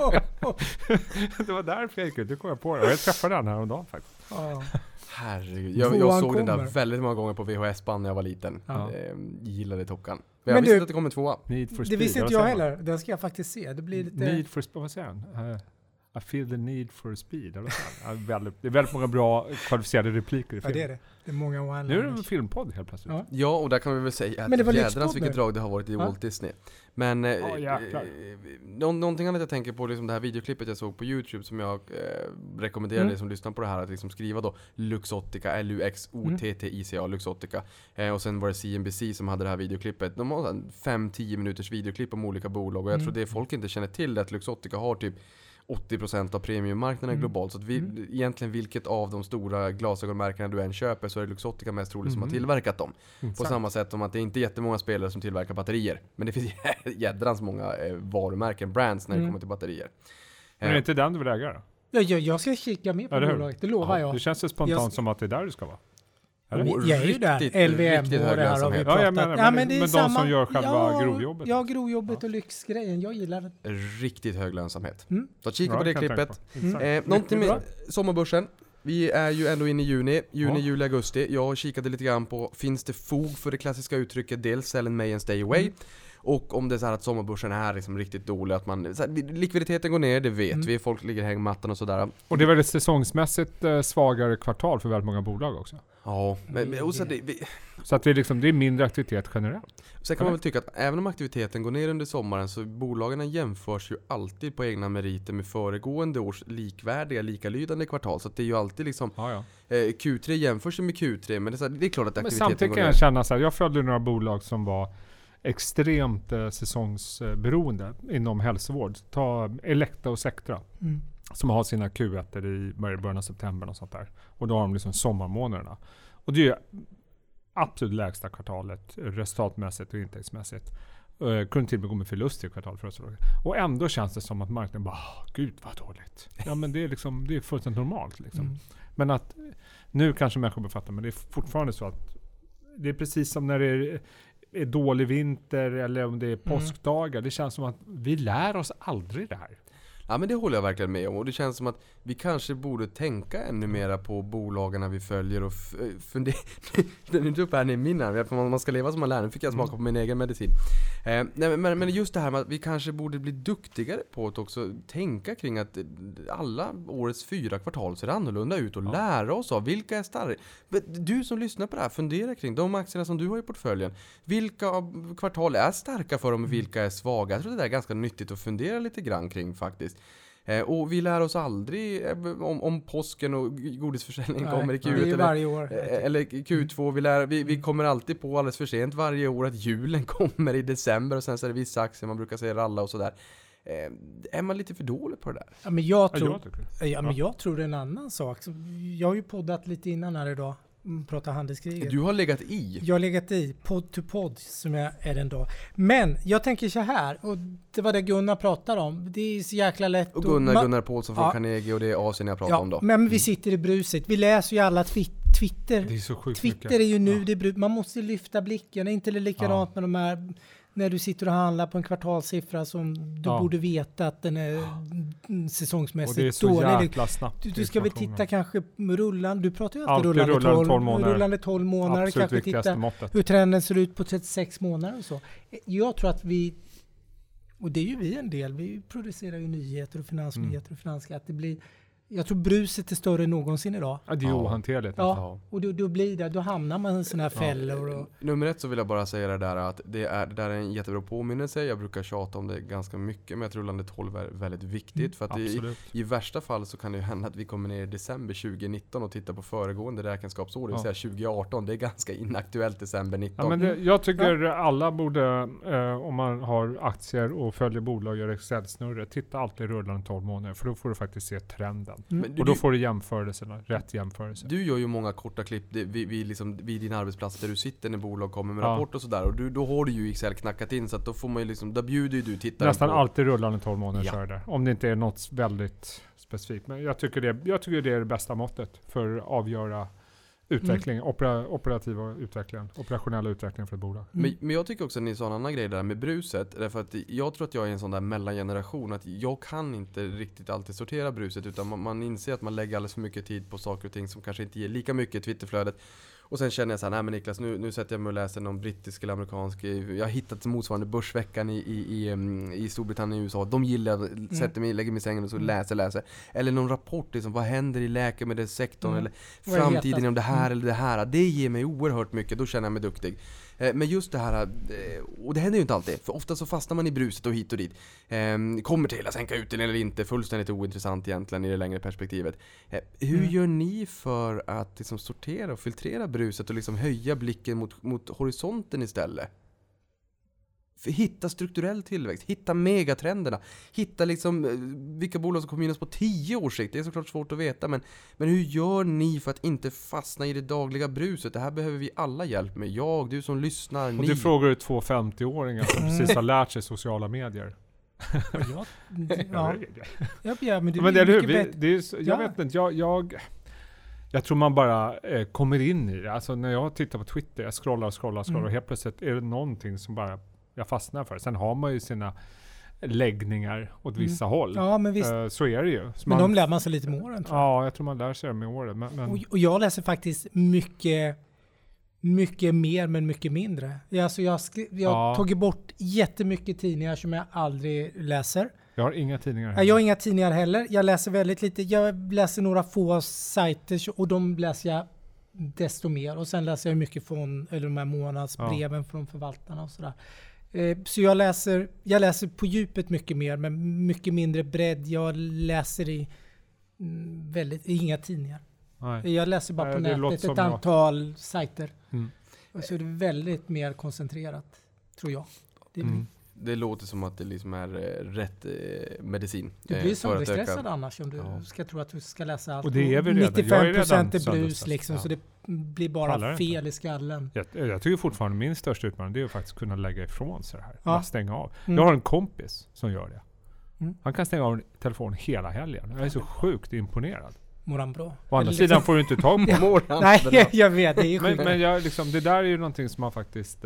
Det var därför jag gick ut. Du kom jag på det. Och jag träffade den här om dagen faktiskt. Herregud. Jag såg den där väldigt många gånger på VHS-band när jag var liten. Gillade Top Gun. Men jag visste att det kommer 2. Det visste inte jag heller. Den ska jag faktiskt se. Det blir lite... Need for Speed, vad säger han? I feel the need for speed. Det är väldigt många bra kvalificerade repliker i filmen. Ja, det är det. Det är många one-liners. Nu är det en filmpodd helt plötsligt. Ja, och där kan vi väl säga att jädrans vilket drag det har varit i Walt Disney. Men någonting annat jag tänker på, liksom det här videoklippet jag såg på YouTube som jag rekommenderar dig som lyssnar på det här att liksom skriva då Luxottica, Luxottica, Luxottica. Och sen var det CNBC som hade det här videoklippet. De har 5-10 minuters videoklipp om olika bolag och jag tror det folk inte känner till att Luxottica har typ 80% av premiummarknaden globalt. Så att egentligen vilket av de stora glasögonmärkena du än köper så är det Luxottica mest troligt som har tillverkat dem. På samma sätt som att det inte är jättemånga spelare som tillverkar batterier. Men det finns jädrans många varumärken, brands när det kommer till batterier. Men är det inte den du vill äga då? Ja, jag ska kika med på bolaget, det lovar jag. Det känns så spontant som att det är där du ska vara. Jag är ju där. LVM och det här har vi pratat. Men de som gör själva grovjobbet. Ja, grovjobbet och lyxgrejen. Jag gillar det. Riktigt hög lönsamhet. Så kika på det klippet. Någonting med sommarbörsen. Vi är ju ändå inne i juni, juli, augusti. Jag kikade lite grann på, finns det fog för det klassiska uttrycket dels sell in May and stay away? Och om det är så här att sommarbörsen är liksom riktigt dålig, att likviditeten går ner, det vet vi. Folk ligger i hängmattan och sådär. Och det är väl ett säsongsmässigt svagare kvartal för väldigt många bolag också. Ja, så att det är mindre aktivitet generellt. Sen kan man väl tycka att även om aktiviteten går ner under sommaren så bolagen jämförs ju alltid på egna meriter med föregående års likvärdiga, likalydande kvartal. Så att det är ju alltid liksom Q3 jämförs ju med Q3, men det är klart att aktiviteten går ner. Men samtidigt kan jag känna så här, jag följde några bolag som var extremt säsongsberoende inom hälsovård. Ta Elekta och Sectra som har sina Q1 i början av september och sånt där. Och då har de liksom sommarmånaderna. Och det är ju absolut lägsta kvartalet resultatmässigt och intäktsmässigt. Kunde till och med gå med förlust i kvartal för oss. Och ändå känns det som att marknaden bara, gud vad dåligt. Ja, men det är liksom, det är fullständigt normalt liksom. Men att nu kanske människor befattar, men det är fortfarande så att det är precis som när det är dålig vinter eller om det är påskdagar. Det känns som att vi lär oss aldrig det här. Ja, men det håller jag verkligen med om. Och det känns som att vi kanske borde tänka ännu mera på bolagen vi följer och fundera. Den är inte upp här i min arm. Man ska leva som man lär. Nu fick jag smaka på min egen medicin. Men just det här med att vi kanske borde bli duktigare på att också tänka kring att alla årets 4 kvartal ser annorlunda ut och lära oss av vilka är starka. Du som lyssnar på det här, fundera kring de aktierna som du har i portföljen. Vilka kvartal är starka för dem och vilka är svaga? Jag tror det är ganska nyttigt att fundera lite grann kring faktiskt. Och vi lär oss aldrig om påsken och godisförsäljningen kommer i Q1 eller Q2. Vi kommer alltid på alldeles för sent varje år att julen kommer i december och sen så är det vissa aktier man brukar säga ralla och sådär. Är man lite för dålig på det där? Ja, men jag tror det är en annan sak. Jag har ju poddat lite innan här idag. Prata handelskriget. Du har legat i. Jag har legat i. Podd to podd som jag är en dag. Men jag tänker så här. Och det var det Gunnar pratar om. Det är så jäkla lätt. Och Gunnar Paulsson från Carnegie och det är Asien jag pratar om då. Men vi sitter i bruset. Vi läser ju alla Twitter. Det är så sjukt Twitter mycket. är ju nu. Det är man måste lyfta blicken. Det är inte likadant med de här. När du sitter och handlar på en kvartalssiffra som du borde veta att den är säsongsmässigt dålig. Och det är så jäkla snabbt. Du ska väl titta kanske rullande. Du pratar ju alltid rullande 12 månader. Absolut kanske titta måttet. hur trenden ser ut på 36 månader och så. Jag tror att och det är ju vi en del. Vi producerar ju nyheter och finansnyheter och finansskatt. Jag tror bruset är större än någonsin idag. Ja, det är ohanterligt. Ja, och då hamnar man i sådana här fällor. Och... Nummer 1 så vill jag bara säga det där att det där är en jättebra påminnelse. Jag brukar tjata om det ganska mycket, men jag tror rullande 12 är väldigt viktigt. För att i värsta fall så kan det ju hända att vi kommer ner i december 2019 och tittar på föregående räkenskapsår, det vill säga 2018. Det är ganska inaktuellt december 19. Ja, men jag tycker alla borde, om man har aktier och följer bolag och gör Excel-snurre, titta alltid rullande 12 månader, för då får du faktiskt se trenden. sen. Men Och då får du jämförelserna, rätt jämförelse. Du gör ju många korta klipp vid din arbetsplats där du sitter när bolag kommer med rapport och sådär. Och då har du ju Excel knackat in, så att då får man ju liksom, där bjuder ju du tittaren Nästan på. alltid rullande 12 månader kör där. Om det inte är något väldigt specifikt. Men jag tycker det är det bästa måttet för att avgöra utveckling, operationella utvecklingen för ett bolag. Men jag tycker också att ni sa en annan grej där med bruset. Därför att jag tror att jag är en sån där mellangeneration. Att jag kan inte riktigt alltid sortera bruset. Utan man inser att man lägger alldeles för mycket tid på saker och ting som kanske inte ger lika mycket i Twitterflödet. Och sen känner jag så här, nej men Niklas, nu sätter jag mig och läser någon brittisk eller amerikansk. Jag har hittat motsvarande börsveckan i Storbritannien och USA. De gillar, sätter mig, lägger mig i sängen och så läser. Eller någon rapport, liksom, vad händer i läkemedelssektorn eller framtiden om det här eller det här. Det ger mig oerhört mycket, då känner jag mig duktig. Men just det här, och det händer ju inte alltid, för ofta så fastnar man i bruset och hit och dit. Kommer till att sänka ut den eller inte, fullständigt ointressant egentligen i det längre perspektivet. Hur gör ni för att liksom sortera och filtrera bruset och liksom höja blicken mot horisonten istället? För hitta strukturell tillväxt, hitta megatrenderna, hitta liksom vilka bolag som kommer minnas på 10 års sikt. Det är såklart svårt att veta, men hur gör ni för att inte fastna i det dagliga bruset? Det här behöver vi alla hjälp med. Du som lyssnar, och ni. du frågar 2 50-åringar som precis har lärt sig sociala medier. Jag tror man bara kommer in i det. Alltså när jag tittar på Twitter, jag scrollar och helt plötsligt är det någonting som bara jag fastnar för. Sen har man ju sina läggningar åt vissa håll. Ja, men visst. Så är det ju. Men de lär man sig lite med åren, tror jag. Ja, jag tror man lär sig det med åren. Men... Och jag läser faktiskt mycket mer men mycket mindre. Jag har tagit bort jättemycket tidningar som jag aldrig läser. Jag har inga tidningar heller. Jag har inga tidningar heller. Jag läser väldigt lite. Jag läser några få sajter och de läser jag desto mer. Och sen läser jag mycket från de här månadsbreven från förvaltarna och sådär. Så jag läser på djupet mycket mer, men mycket mindre bredd. Jag läser i inga tidningar. Nej. Jag läser bara på nätet ett antal sajter. Och så är det väldigt mer koncentrerat, tror jag. Det låter som att det liksom är rätt medicin. Du blir sönderstressad annars om du ska tro att du ska läsa allt. Och det är väl 95% är brus liksom, så det blir bara fel i skallen. Jag tycker fortfarande min största utmaning det är att faktiskt kunna lägga ifrån sig det här. Bara stänga av. Jag har en kompis som gör det. Han kan stänga av telefonen hela helgen. Jag är så sjukt imponerad. Mår han bra? Å andra sidan får du inte tag på målen. Nej, jag vet. Det är sjukt. Men jag, liksom, det där är ju någonting som man faktiskt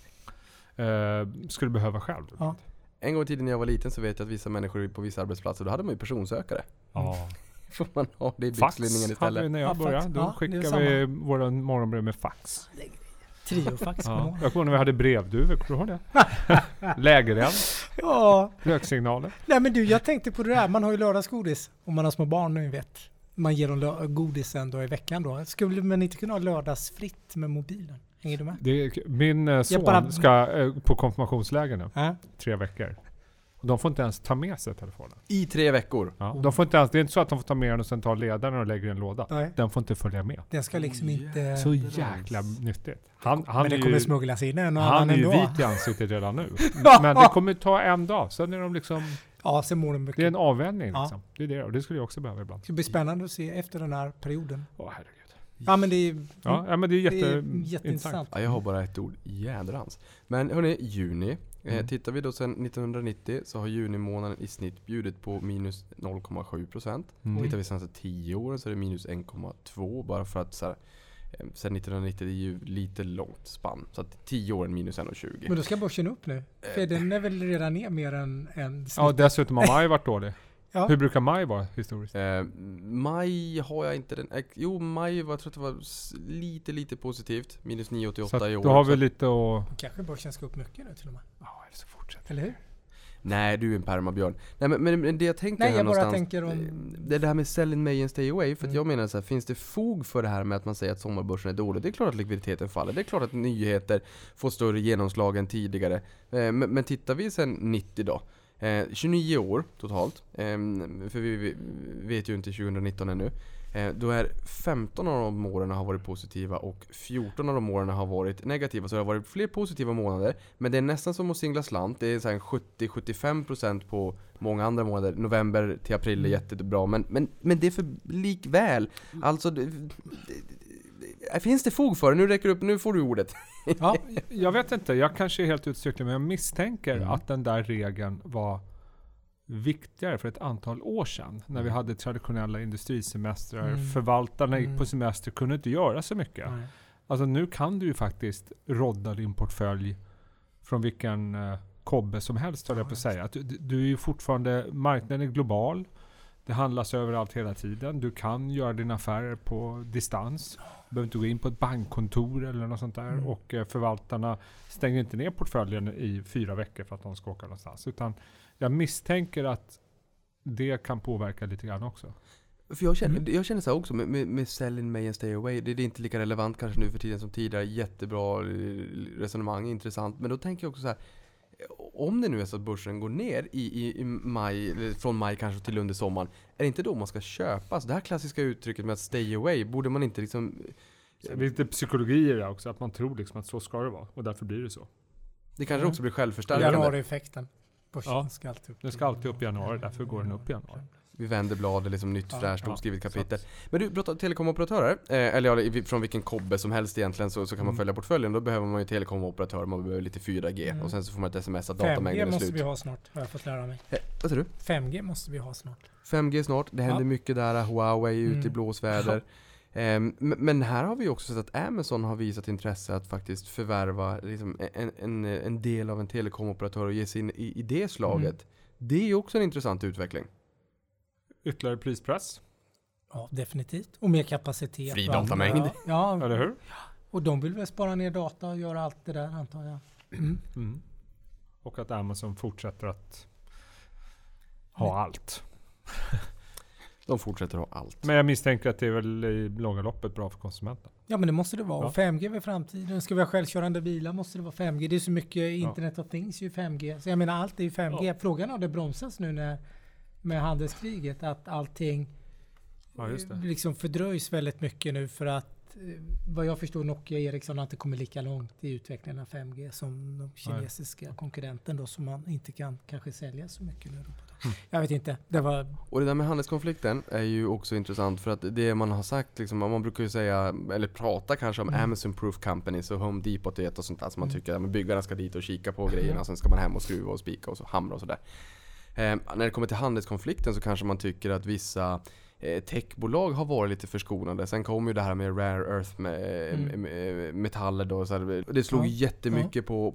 skulle behöva själv. Ja. En gång i tiden när jag var liten så vet jag att vissa människor på vissa arbetsplatser, då hade man ju personsökare. Ja. Får man ha det i byxlinningen istället? Fax när jag började. Då skickade vi våra morgonbrev med fax. Triofax. Ja. Jag kommer när vi hade brevduvor, kommer du ihåg det? Lägereld. Ja. Röksignaler. Nej men du, jag tänkte på det där. Man har ju lördagsgodis. Om man har små barn nu vet. Man ger dem godisen då i veckan då. Skulle man inte kunna ha lördagsfritt med mobilen? Hänger du med? Min son ska på konfirmationsläger nu. 3 veckor. Och de får inte ens ta med sig telefonen. I 3 veckor? Ja. De får inte ens, det är inte så att de får ta med den och sen ta ledaren och lägger i en låda. Nej. Den får inte följa med. Den ska liksom inte... Så jäkla nyttigt. Han men det kommer smugglas in en och han är ju vit i ansiktet redan nu. Men det kommer ta en dag. Sen är de liksom... Ja, sen mår de mycket. Det är en avvändning liksom. Det är det. Och det skulle jag också behöva ibland. Det blir spännande att se efter den här perioden. Herregud. Ja men det är, men det är jätteintressant. Ja, jag har bara ett ord, jädrans. Men hörni, juni. Tittar vi då sedan 1990 så har junimånaden i snitt bjudit på minus 0,7%. Tittar vi sedan 10 år så är det minus 1,2%. Bara för att så här, sen 1990 det är ju lite långt spann. Så att 10 år är minus 1,20. Men då ska börsen upp nu. För den är väl redan ner mer än snitt. Ja, dessutom har maj varit dålig. Ja. Hur brukar maj vara historiskt? Maj har jag inte den... maj var, jag tror att det var lite positivt. Minus 9,88 i år. Då har vi lite och... Kanske börsen ska upp mycket nu till och med. Ja, eller så fortsätter. Eller hur? Nej, du är en permabjörn. Nej, men det jag tänker här någonstans... Det är det här med sell in May and stay away. För att jag menar så här, finns det fog för det här med att man säger att sommarbörsen är dålig? Det är klart att likviditeten faller. Det är klart att nyheter får större genomslag än tidigare. Men tittar vi sen 90 då. 29 år totalt. För vet ju inte 2019 ännu. Då är 15 av de åren har varit positiva och 14 av de åren har varit negativa. Så det har varit fler positiva månader. Men det är nästan som att singla slant. Det är så här 70-75% på många andra månader. November till april är jättebra. Men det är för likväl. Alltså, finns det fog för det? Nu får du ordet. Ja, jag vet inte. Jag kanske är helt utstycklig, men jag misstänker att den där regeln var viktigare för ett antal år sedan. När vi hade traditionella industrisemestrar. Förvaltarna gick på semester, kunde inte göra så mycket. Alltså nu kan du ju faktiskt rodda din portfölj från vilken kobbe som helst, höll jag på att säga. Att du är ju fortfarande, marknaden är global. Det handlas överallt hela tiden. Du kan göra dina affärer på distans. Du behöver inte gå in på ett bankkontor eller något sånt där. Och förvaltarna stänger inte ner portföljen i 4 veckor för att de ska åka någonstans. Utan jag misstänker att det kan påverka lite grann också. För jag känner så här också med sell in May and stay away. Det är inte lika relevant kanske nu för tiden som tidigare. Jättebra resonemang, intressant. Men då tänker jag också så här, om det nu är så att börsen går ner i maj, från maj kanske till under sommaren, är det inte då man ska köpa? Så det här klassiska uttrycket med att stay away, borde man inte liksom... Det är lite psykologi i det också, att man tror liksom att så ska det vara. Och därför blir det så. Det kanske också blir självförstärkande. Januari-effekten. Börsen ska alltid upp. Den ska alltid upp i januari, därför går den upp i januari. Vi vänder blad, liksom nytt fräscht oskrivet kapitel. Men du pratar telekomoperatörer, eller från vilken kobbe som helst egentligen så kan man följa portföljen. Då behöver man ju telekomoperatörer, man behöver lite 4G och sen så får man ett sms att datamängden är slut. 5G måste vi ha snart, har jag fått lära mig. Vad säger du? 5G måste vi ha snart. 5G snart, det händer mycket där, Huawei ute i blåsväder. Men här har vi också sett att Amazon har visat intresse att faktiskt förvärva liksom en del av en telekomoperatör och ge sig in i det slaget. Det är ju också en intressant utveckling. Ytterligare prispress. Ja, definitivt. Och mer kapacitet. Fri datamängd. Ja, eller hur? Och de vill väl spara ner data och göra allt det där, antar jag. Och att Amazon fortsätter att ha allt. De fortsätter ha allt. Men jag misstänker att det är väl i långa loppet bra för konsumenten. Ja, men det måste det vara. Och 5G är framtiden. Ska vi ha självkörande bilar måste det vara 5G. Det är så mycket Internet of Things ju 5G. Så jag menar, allt är ju 5G. Ja. Frågan har det bromsats nu med handelskriget. Att allting liksom fördröjs väldigt mycket nu för att vad jag förstår Nokia och Ericsson har inte kommit lika långt i utvecklingen av 5G som de kinesiska konkurrenten då, som man inte kan kanske sälja så mycket nu. Jag vet inte. Och det där med handelskonflikten är ju också intressant för att det man har sagt, liksom, man brukar ju säga, eller prata kanske om Amazon Proof Companies och Home Depot och sånt där som man tycker att byggarna ska dit och kika på grejerna, sen ska man hem och skruva och spika och så hamra och sådär. När det kommer till handelskonflikten så kanske man tycker att vissa techbolag har varit lite förskonade. Sen kom ju det här med rare earth metaller då, så här, det slog jättemycket på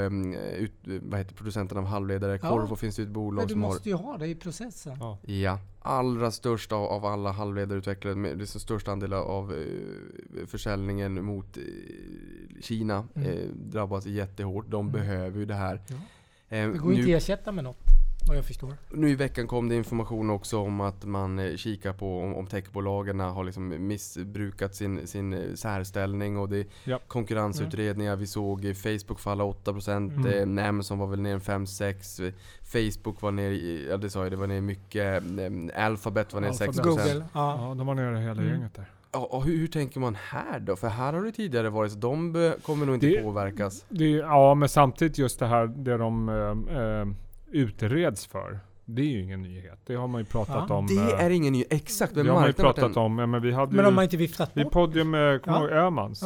vad heter producenterna av halvledare. Corvo finns det ett bolag men som har... du måste ju ha det i processen. Ja, allra störst av alla halvledarutvecklare, det är den största andel av försäljningen mot Kina drabbas jättehårt. De behöver ju det här. Det går inte att ersätta med något. Vad jag förstår. Nu i veckan kom det information också om att man kikar på om techbolagen har liksom missbrukat sin särställning och det konkurrensutredningar. Vi såg Facebook falla 8%, Amazon var väl ner 5-6%, Facebook var ner, det var ner mycket, Alphabet var ner 6%. Google. Ja, de var ner hela gänget där. Ja, hur tänker man här då? För här har det tidigare varit så de kommer nog inte påverkas. Men samtidigt just det här det de utreds för. Det är ju ingen nyhet. Det har man ju pratat om. Det är ingen nyhet. Exakt. Det har man ju pratat om. Men vi hade de har inte viftat bort. I podium med Öhmans.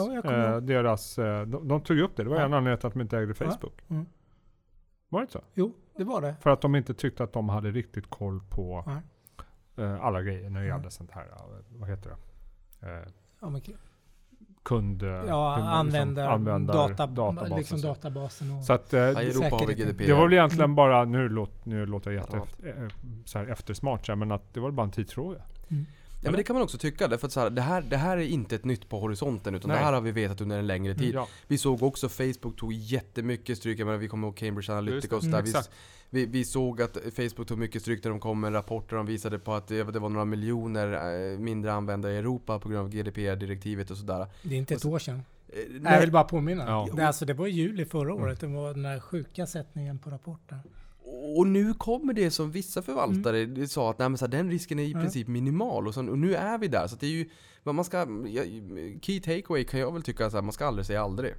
De tog upp det. Det var en anledning att de inte ägde Facebook. Var det inte så? Jo, det var det. För att de inte tyckte att de hade riktigt koll på alla grejer när det gällde sånt här. Vad heter det? Databasen. Liksom databasen och så att, Europa har GDPR. Det var väl egentligen bara, nu låter jag så här eftersmart, men att det var bara en tidsfråga. Ja, men det kan man också tycka, därför att så här, det här är inte ett nytt på horisonten, utan det här har vi vetat under en längre tid. Vi såg också Facebook tog jättemycket stryk, men vi kommer ihåg Cambridge Analytica där vi såg att Facebook tog mycket stryk där de kom med rapporter som visade på att det var några miljoner mindre användare i Europa på grund av GDPR-direktivet och sådär. Det är inte ett år sedan. Jag vill bara påminna. Det var i juli förra året. Det var den här sjuka sättningen på rapporten. Och nu kommer det som vissa förvaltare sa att nej, men så här, den risken är i princip minimal. Och nu är vi där. Så att det är ju, man ska, key takeaway kan jag väl tycka att man ska aldrig säga aldrig.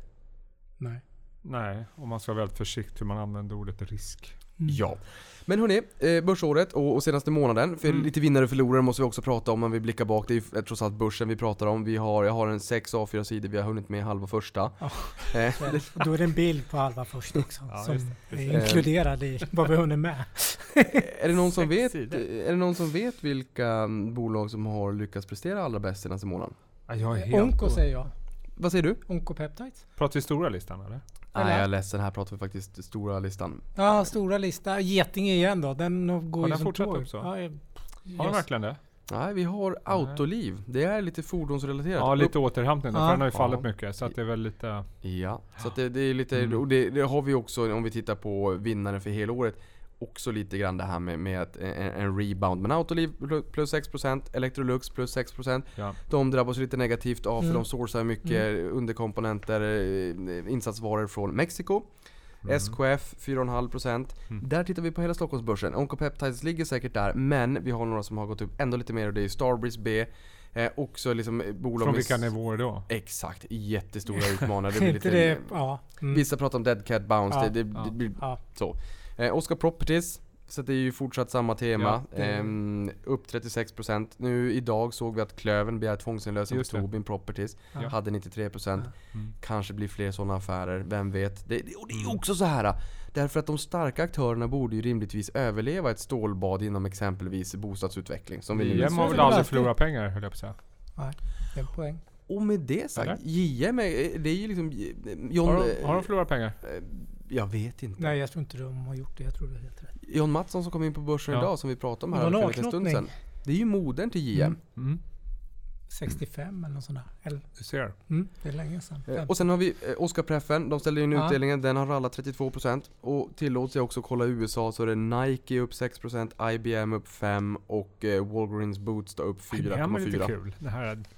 Nej, och man ska vara väldigt försiktig hur man använder ordet risk. Ja. Men hörni, börsåret och senaste månaden, för lite vinnare och förlorare måste vi också prata om när vi blickar bak. Det är trots allt börsen vi pratar om. Jag har en 6 A4-sidor, vi har hunnit med halva första. Då är det en bild på halva första också, som är inkluderad i vad vi hunnit med. Är det någon som vet vilka bolag som har lyckats prestera allra bäst senaste månaden? Onko säger jag. Vad säger du? Onkopeptides. Pratar vi stora listan eller? Nej, jag är ledsen. Här pratar vi faktiskt stora listan. Ja, stora lista. Getinge igen då. Den går ju som fortsatt tåg. upp så? Ja, har den verkligen det? Nej, vi har Autoliv. Det är lite fordonsrelaterat. Ja, lite återhämtning. För den har ju fallit mycket. Så att det är väl lite... Ja, så att det är lite... Och det har vi också, om vi tittar på vinnaren för hela året, också lite grann det här med en rebound. Men Autoliv plus 6%, Electrolux plus 6%. Ja. De drabbas lite negativt av för de sourcar mycket underkomponenter, insatsvaror från Mexiko. SKF 4,5%. Där tittar vi på hela Stockholmsbörsen. Oncopeptides ligger säkert där, men vi har några som har gått upp ändå lite mer, och det är Starbreeze B. Också liksom bolag från vilka nivåer då? Exakt, jättestora utmanare. Det blir lite, vissa pratar om Dead Cat Bounce. Det blir så. Oscar Properties, så det är ju fortsatt samma tema. Upp 36%. Nu idag såg vi att Klöven begär tvångsinlösen på Tobin Properties. Hade 93%. Kanske blir fler sådana affärer, vem vet. Och det är också så här. Därför att de starka aktörerna borde ju rimligtvis överleva ett stålbad inom exempelvis bostadsutveckling. Som JM har väl aldrig förlorat pengar, höll jag på att säga. Nej, det är en poäng. Och med det sagt, JM det är ju liksom... Har de förlorat pengar? Jag vet inte. Nej, jag tror inte de har gjort det. Jag tror det är helt rätt. John Mattsson som kom in på börsen idag, som vi pratade om här för en stund sedan. Det är ju modern till JM. 65 eller något sånt där. Du ser. Det är länge sedan. Och sen har vi Oscar Preffen. De ställer in utdelningen. Den har rallat 32%. Och tillåts jag också kolla USA, så är det Nike upp 6%, IBM upp 5% och Walgreens Boots då upp 4,4%. IBM är lite kul. Det här är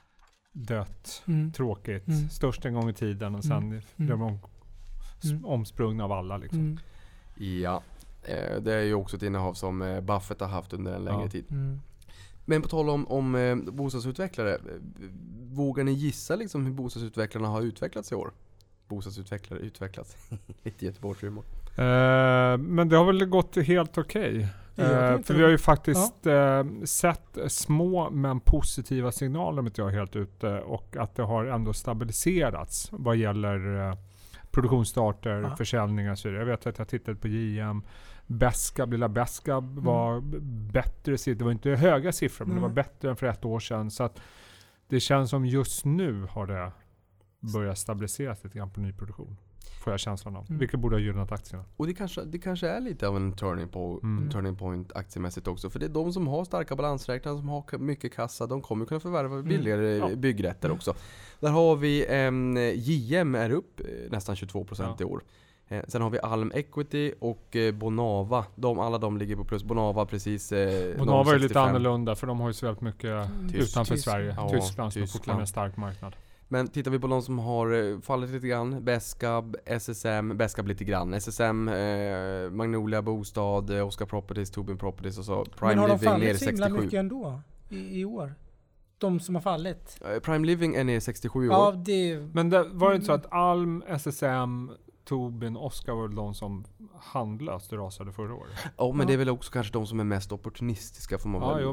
dött. Tråkigt. Störst en gång i tiden och sen blev de omsprungna av alla liksom. Ja, det är ju också ett innehav som Buffett har haft under en längre tid. Men på tal om bostadsutvecklare, vågar ni gissa liksom hur bostadsutvecklarna har utvecklats i år? Bostadsutvecklare utvecklats. Lite Göteborgshumor. Men det har väl gått helt okej. För vi har ju faktiskt sett små men positiva signaler, om inte jag är helt ute, och att det har ändå stabiliserats vad gäller produktionsstarter, försäljningar och så vidare. Jag vet att jag tittade på JM. Lilla Beskab var bättre. Det var inte höga siffror, men det var bättre än för ett år sedan. Så att det känns som just nu har det börjat stabiliseras lite grann på nyproduktion. Får jag känslan av. Vilket borde ha gynnat aktierna. Och det kanske är lite av en turning point aktiemässigt också. För det är de som har starka balansräkningar, som har mycket kassa. De kommer kunna förvärva billigare byggrätter också. Där har vi JM är upp nästan 22% i år. Sen har vi Alm Equity och Bonava. Alla de ligger på plus. Bonava precis. Bonava är lite annorlunda, för de har ju så väldigt mycket utanför Sverige. Tyskland som fortfarande är en stark marknad. Men tittar vi på de som har fallit lite grann. Beskab, SSM, Beskab lite grann. SSM, Magnolia Bostad, Oscar Properties, Tobin Properties och så. Prime Living ner 67. Men har de fallit mycket ändå i år? De som har fallit? Prime Living är ner 67 år. Ja, men det var det inte så att Alm, SSM, Tobin, Oscar var de som handlöst rasade förra året? Ja, men det är väl också kanske de som är mest opportunistiska, får man väl.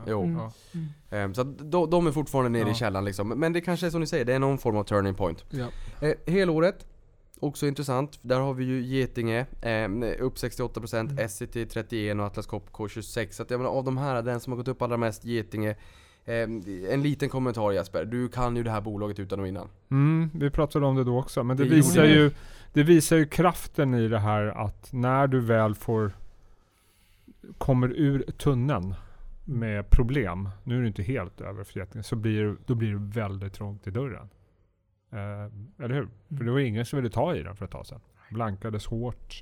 Så de är fortfarande nere i källan liksom. Men det kanske är som ni säger, det är någon form av turning point. Helåret, också intressant. Där har vi ju Getinge upp 68%, Essity 31% och Atlas Copco 26%. Så att jag menar, av de här, den som har gått upp allra mest, Getinge. En liten kommentar, Jesper. Du kan ju det här bolaget utan och innan. Vi pratade om det då också. Men det visar ju kraften i det här, att när du väl kommer ur tunneln med problem, nu är det inte helt över för Getinge, då blir det väldigt trångt i dörren. Eller hur? För det var ingen som ville ta i den för ett tag sedan. Blankades hårt.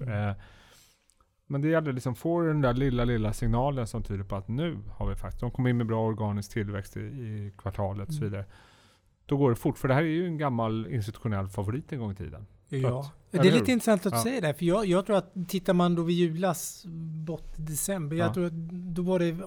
Men det gäller liksom få den där lilla signalen som tyder på att nu har vi faktiskt, de kommer in med bra organisk tillväxt i kvartalet och så vidare. Då går det fort, för det här är ju en gammal institutionell favorit en gång i tiden. Ja. Det är lite intressant att du säger det, för jag tror att tittar man då vid julas bort december, jag tror att då var det,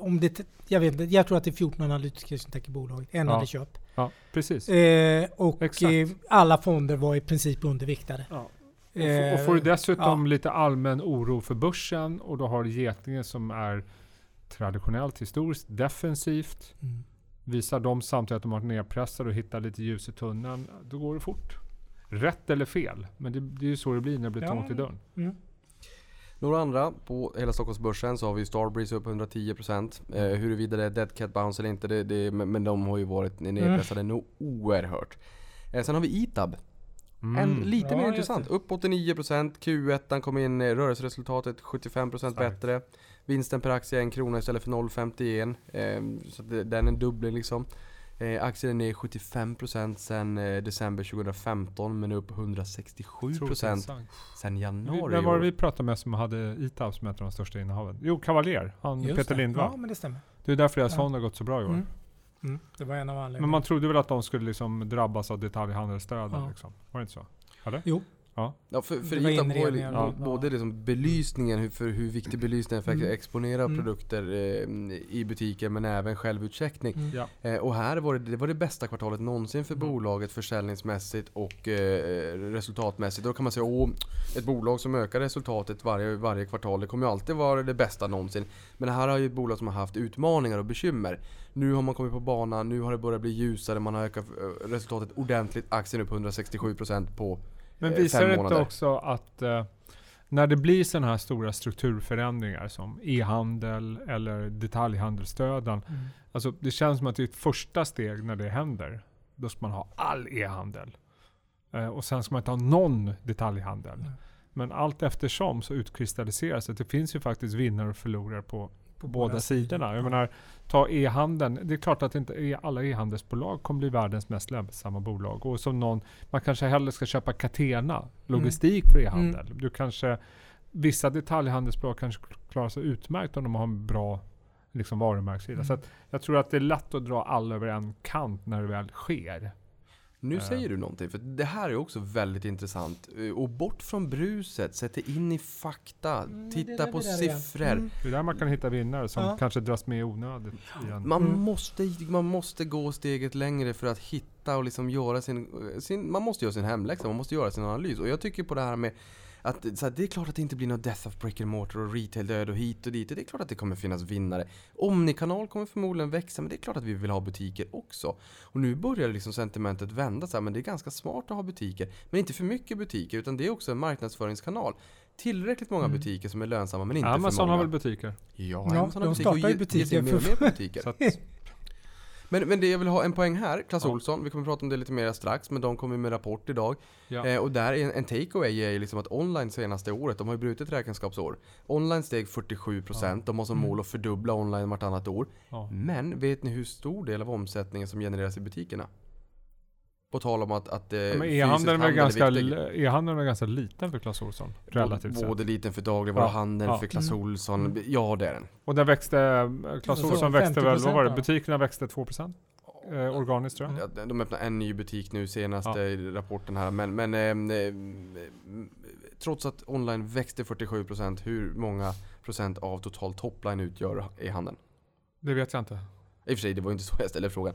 jag tror att det är 14 analytiker som täcker bolaget, en hade köp. Ja, precis. Och alla fonder var i princip underviktade. Ja. Och får du dessutom lite allmän oro för börsen, och då har Getinge som är traditionellt historiskt defensivt. Visar de samtidigt att de har nedpressade och hittar lite ljus i tunneln, då går det fort. Rätt eller fel, men det är ju så det blir när det blir tomt i dörren. Några andra på hela Stockholmsbörsen så har vi Starbreeze upp 110%. Huruvida det är Dead Cat Bounce eller inte, men de har ju varit nedpressade nog oerhört. Sen har vi Itab. Lite mer intressant. Upp 89%. Q1 kom in, rörelseresultatet 75% bättre. Vinsten per aktie 1 krona istället för 0,51. Så den är en dubbling liksom. Aktien är ner 75% sedan december 2015, men upp 167% sedan januari. Vem var det vi pratade med som hade Itab som är ett av de största innehaven? Jo, Cavalier. Peter Lindvall. Ja, men det stämmer. Det är därför deras fond har gått så bra i år. Det var en av anledningarna. Men man trodde väl att de skulle liksom drabbas av detaljhandelsstöden liksom. Var det inte så? Eller? Jo. Ja, för Itab har ju både liksom belysningen, hur viktig belysningen är för att exponera produkter i butiken, men även självutcheckning. Och här var det bästa kvartalet någonsin för bolaget försäljningsmässigt och resultatmässigt. Då kan man säga ett bolag som ökar resultatet varje kvartal, det kommer ju alltid vara det bästa någonsin. Men det här har ju ett bolag som har haft utmaningar och bekymmer. Nu har man kommit på banan, nu har det börjat bli ljusare, man har ökat resultatet ordentligt, aktien upp 167% på. Men visar det inte också att när det blir sådana här stora strukturförändringar som e-handel eller detaljhandelsstöden, alltså det känns som att det är ett första steg när det händer. Då ska man ha all e-handel. Och sen ska man inte ha någon detaljhandel. Men allt eftersom så utkristalliseras att det finns ju faktiskt vinnare och förlorare på båda sidorna. Jag menar, ta e-handeln. Det är klart att inte alla e-handelsbolag kommer bli världens mest lönsamma bolag. Och som man kanske hellre ska köpa Catena, logistik för e-handel. Du kanske, vissa detaljhandelsbolag kanske klarar sig utmärkt om de har en bra liksom, varumärkessida. Så att jag tror att det är lätt att dra alla över en kant när det väl sker. Nu säger du någonting, för det här är också väldigt intressant. Och bort från bruset, sätta in i fakta, titta på siffror. Det är där man kan hitta vinnare som kanske dras med onödigt. Man måste gå steget längre för att hitta och liksom göra man måste göra sin hemläxa, man måste göra sin analys. Och jag tycker på det här med att det är klart att det inte blir något death of brick and mortar och retail död och hit och dit. Det är klart att det kommer finnas vinnare. Omnikanal kommer förmodligen växa, men det är klart att vi vill ha butiker också. Och nu börjar liksom sentimentet vända så här, men det är ganska smart att ha butiker. Men inte för mycket butiker, utan det är också en marknadsföringskanal. Tillräckligt många butiker som är lönsamma, men inte Amazon för många. har väl butiker? Ja, Amazon har butiker. De startar ju butiker. Mer butiker. Men det jag vill ha en poäng här, Clas Ohlson, vi kommer prata om det lite mer strax, men de kommer med rapport idag. Och där är en takeaway är liksom att online senaste året, de har ju brutit räkenskapsår. Online steg 47%, de har som mål att fördubbla online vartannat år. Men vet ni hur stor del av omsättningen som genereras i butikerna? På tal om att e-handeln är ganska liten för Clas Ohlson relativt sett. Både liten för dagligvaruhandeln för Clas Ohlson. Ja, det är den. Och där växte Clas Ohlson växte väl, vad var det? Butikerna växte 2%. Organiskt tror jag. Ja, de öppnar en ny butik nu senaste i rapporten här, men trots att online växte 47%, hur många procent av total topline utgör i handeln? Det vet jag inte. I och för sig, det var inte så jag ställde frågan.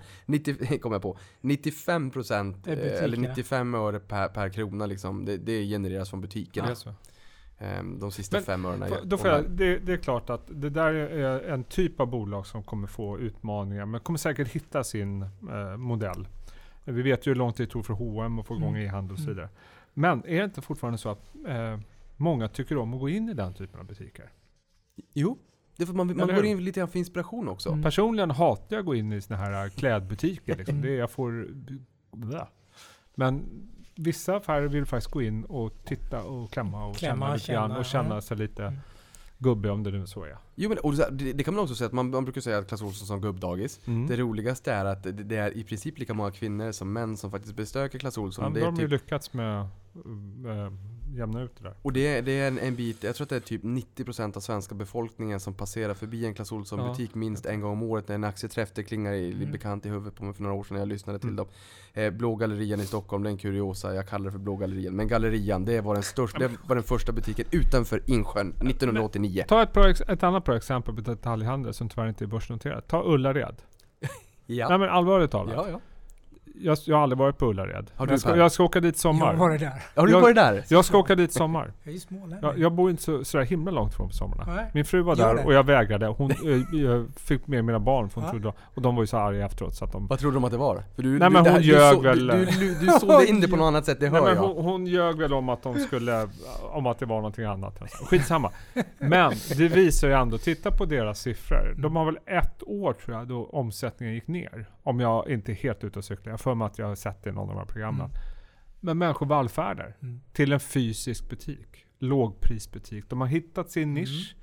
95% eller 95 öre per krona liksom, det genereras från butikerna. De sista 5 örena. Det är klart att det där är en typ av bolag som kommer få utmaningar, men kommer säkert hitta sin modell. Vi vet ju hur långt det tog för H&M att få igång e-handel och så vidare. Men är det inte fortfarande så att många tycker om att gå in i den typen av butiker? Jo. Det är för man går in lite för inspiration också. Personligen hatar jag att gå in i såna här klädbutiker. Liksom. Det jag får... Men vissa affärer vill faktiskt gå in och titta och klämma och känna lite grann och känna sig lite gubbig, om det nu så är. Jo, men och det kan man också säga att man brukar säga att Clas Ohlson som gubbdagis. Det roligaste är att det är i princip lika många kvinnor som män som faktiskt besöker Clas Ohlson. De har ju lyckats med jämna ut det där. Och det är en bit, jag tror att det är typ 90% av svenska befolkningen som passerar förbi en Clas Ohlson-butik minst en gång om året när en aktieträff, det klingar bekant i huvudet på mig för några år sedan när jag lyssnade till dem. Blå gallerian i Stockholm, det är en kuriosa, jag kallar det för Blå gallerian. Men gallerian, det var den första butiken utanför Insjön 1989. Ta ett annat bra exempel på detaljhandel som tyvärr inte är börsnoterat. Ta Ullared. Ja. Nej men allvarligt talat. Ja. Jag har aldrig varit på Ullared. Jag ska åka dit sommar. Jag var där. Har du varit där? Jag ska åka dit sommar. Jag är smålänning. Jag bor inte så där himla långt från på sommarna. Nej. Min fru var där och jag vägrade. Hon jag fick med mina barn för hon trodde, och de var ju så arga efteråt så att de... Vad trodde de att det var? För Nej men hon ljög väl... Du sålde in det på något annat sätt, det hör jag. Hon ljög väl om att de skulle... om att det var någonting annat. Skitsamma. Men det visar ju ändå, titta på deras siffror. De har väl 1 år tror jag då omsättningen gick ner. Om jag inte är helt ute och cyklar. Jag för mig att jag har sett det i någon av de här programmen. Men människor vallfärdar till en fysisk butik. Lågprisbutik. De har hittat sin nisch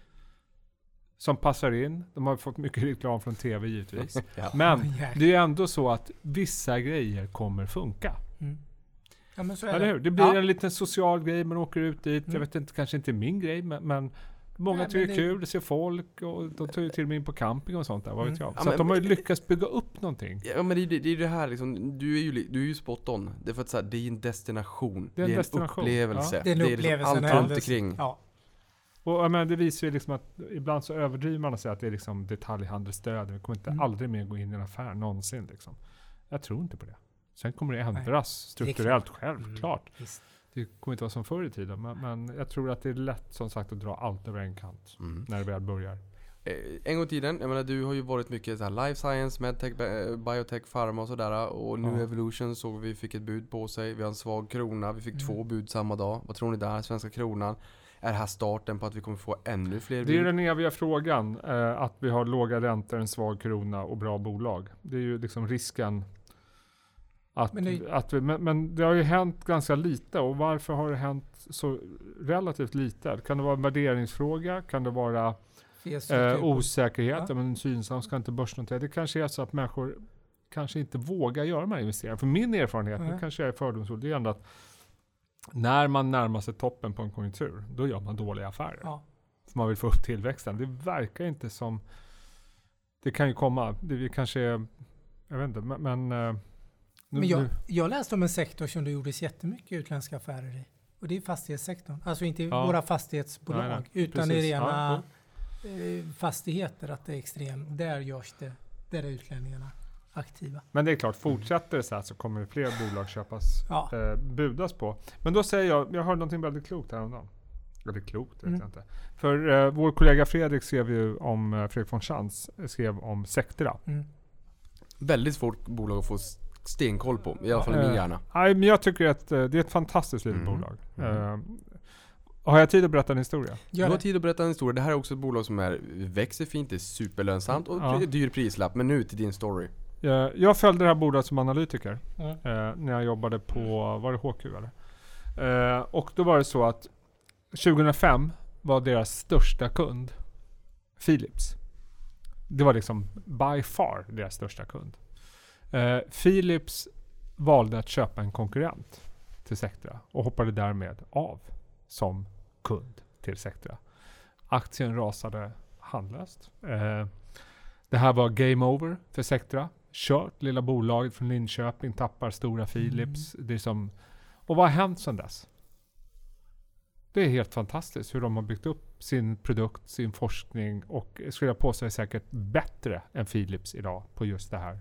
som passar in. De har fått mycket reklam från tv givetvis. Men det är ändå så att vissa grejer kommer funka. Ja, men så är det. Det blir en liten social grej, man åker ut dit. Jag vet inte, kanske inte min grej, men många tycker det är kul, det ser folk och de tar ju till och med in på camping och sånt där, vad vet jag. Så att de har ju lyckats bygga upp någonting. Ja men det är det här liksom, du är ju spot on. Det är för att säga, det är en destination. Det är en upplevelse. Ja. Det är en upplevelse. Liksom allt runt omkring. Ja. Och men det visar ju liksom att ibland så överdriver man och säger att det är liksom detaljhandelsstöd. Vi kommer inte aldrig mer gå in i en affär någonsin liksom. Jag tror inte på det. Sen kommer det ändras strukturellt, självklart. Det kommer inte vara som förr i tiden. Men jag tror att det är lätt som sagt att dra allt över en kant när det väl börjar. En gång i tiden, jag menar du har ju varit mycket så här life science, medtech, biotech, pharma och sådär. Och nu Evolution såg vi fick ett bud på sig. Vi har en svag krona, vi fick 2 bud samma dag. Vad tror ni där, svenska kronan? Är det här starten på att vi kommer få ännu fler bud? Det är den eviga frågan, att vi har låga räntor, en svag krona och bra bolag. Det är ju liksom risken. Men det har ju hänt ganska lite, och varför har det hänt så relativt lite? Kan det vara en värderingsfråga? Kan det vara osäkerhet? Ja. Men Synsam ska inte börsnotera. Det kanske är så att människor kanske inte vågar göra de här investeringarna. För min erfarenhet, nu kanske jag är fördomsfull, det är ändå att när man närmar sig toppen på en konjunktur, då gör man dåliga affärer. Ja. För man vill få upp tillväxten. Det verkar inte som... Det kan ju komma. Det kanske är... Jag vet inte, men jag läste om en sektor som det gjordes jättemycket utländska affärer i. Och det är fastighetssektorn. Alltså inte våra fastighetsbolag, utan precis. I rena fastigheter. Att det är extremt. Där görs det. Där är utlänningarna aktiva. Men det är klart, fortsätter det så här så kommer fler bolag budas på. Men då säger jag hörde någonting väldigt klokt häromdagen. Väldigt klokt, vet jag inte. För vår kollega Fredrik Fredrik von Schantz skrev om Sectra. Väldigt svårt bolag att få stenkoll på, i alla fall i min hjärna. Nej, men jag tycker att det är ett fantastiskt litet bolag. Har jag tid att berätta en historia? Du har tid att berätta en historia. Det här är också ett bolag som växer fint, det är superlönsamt och dyr prislapp. Men nu till din story. Jag följde det här bolaget som analytiker när jag jobbade på, var det HQ eller? Och då var det så att 2005 var deras största kund Philips. Det var liksom by far deras största kund. Philips valde att köpa en konkurrent till Sectra och hoppade därmed av som kund till Sectra. Aktien rasade handlöst. Det här var game over för Sectra. Kört, lilla bolaget från Linköping tappar stora Philips. Det är som, och vad har hänt sedan dess? Det är helt fantastiskt hur de har byggt upp sin produkt, sin forskning och skulle jag påstå är säkert bättre än Philips idag på just det här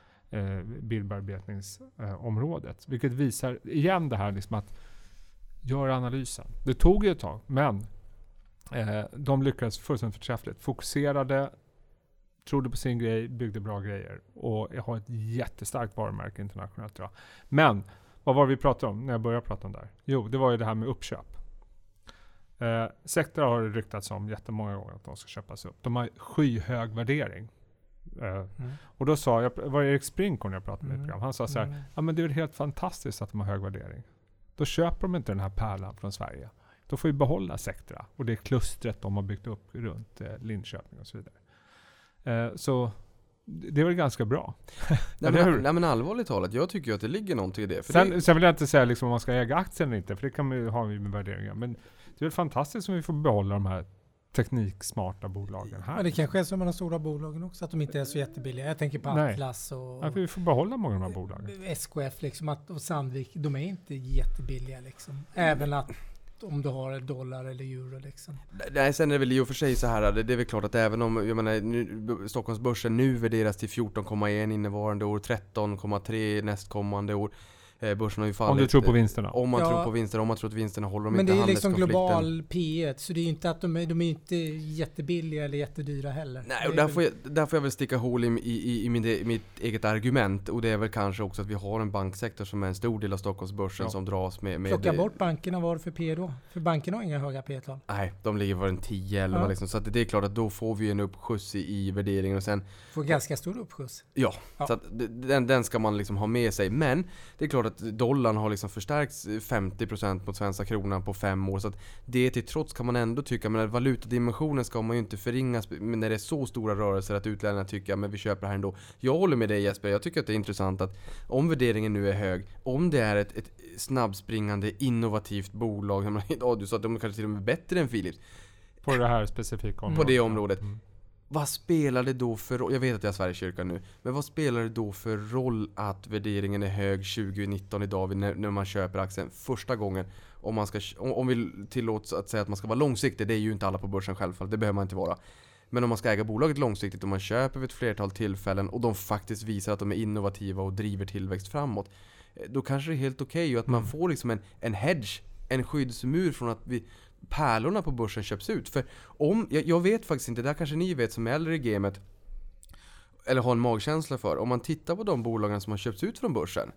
bildbearbetningsområdet. Vilket visar igen det här liksom att göra analysen. Det tog ju ett tag, men de lyckades fullständigt förträffligt. Fokuserade, trodde på sin grej, byggde bra grejer och jag har ett jättestarkt varumärke internationellt idag. Men vad var det vi pratade om när jag började prata om det här? Jo, det var ju det här med uppköp. Sectra har det ryktats om jättemånga gånger att de ska köpas upp. De har skyhög värdering. Och då sa jag, var Erik Sprinkorn jag pratade med i program. Han sa så här, ja men det är helt fantastiskt att de har hög värdering. Då köper de inte den här pärlan från Sverige. Då får vi behålla Sectra och det klustret de har byggt upp runt Linköping och så vidare. Så det är väl ganska bra. Nej men allvarligt talat, jag tycker ju att det ligger någonting i det. För sen vill jag inte säga liksom om man ska äga aktien eller inte, för det kan man ju ha med värderingar. Men det är väl fantastiskt om vi får behålla de här tekniksmarta bolagen här. Ja, det kanske är som med de stora bolagen också, att de inte är så jättebilliga. Jag tänker på Atlas och... Ja, för vi får behålla många av de här bolagen. SKF liksom, och Sandvik, de är inte jättebilliga liksom. Även att om du har dollar eller euro liksom. Nej, sen är det väl i och för sig så här, det är väl klart att även om, jag menar, Stockholmsbörsen nu värderas till 14,1 innevarande år, 13,3 nästkommande år. Börsen har ju fallit. Om du tror på vinsterna. Om man tror på vinsterna, om man tror att vinsterna håller, om men inte det är liksom handelskonflikten. global P1, så det är ju inte att de är inte jättebilliga eller jättedyra heller. Nej, och där får jag väl sticka hål i mitt eget argument, och det är väl kanske också att vi har en banksektor som är en stor del av Stockholmsbörsen som dras med... Plocka bort bankerna, vad är det för P då? För bankerna har inga höga P-tal. Nej, de ligger var en 10-11 liksom, så att det är klart att då får vi en uppskjuts i värderingen och sen... Får ganska stor uppskjuts. Ja. Så att den ska man liksom ha med sig, men det är klart att dollarn har liksom förstärkts 50% mot svenska kronan på 5 år, så att det till trots kan man ändå tycka, men valutadimensionen ska man ju inte förringas, men när det är så stora rörelser att utlänningarna tycker men vi köper det här ändå. Jag håller med dig Jesper, jag tycker att det är intressant att om värderingen nu är hög, om det är ett snabbspringande innovativt bolag, du sa att de kanske till och med är bättre än Philips på det här specifika området. På det området. Vad spelar det då för roll? Jag vet att jag är Sverigekyrkan nu, men vad spelar det då för roll att värderingen är hög 2019 idag när man köper aktien första gången? Om vi tillåts att säga att man ska vara långsiktig, det är ju inte alla på börsen självfallet, det behöver man inte vara. Men om man ska äga bolaget långsiktigt och man köper vid ett flertal tillfällen och de faktiskt visar att de är innovativa och driver tillväxt framåt, då kanske det är helt okej att man får liksom en hedge, en skyddsmur från att pärlorna på börsen köps ut. För jag vet faktiskt inte, där kanske ni vet som är äldre i gamet eller har en magkänsla för, om man tittar på de bolagen som har köpts ut från börsen,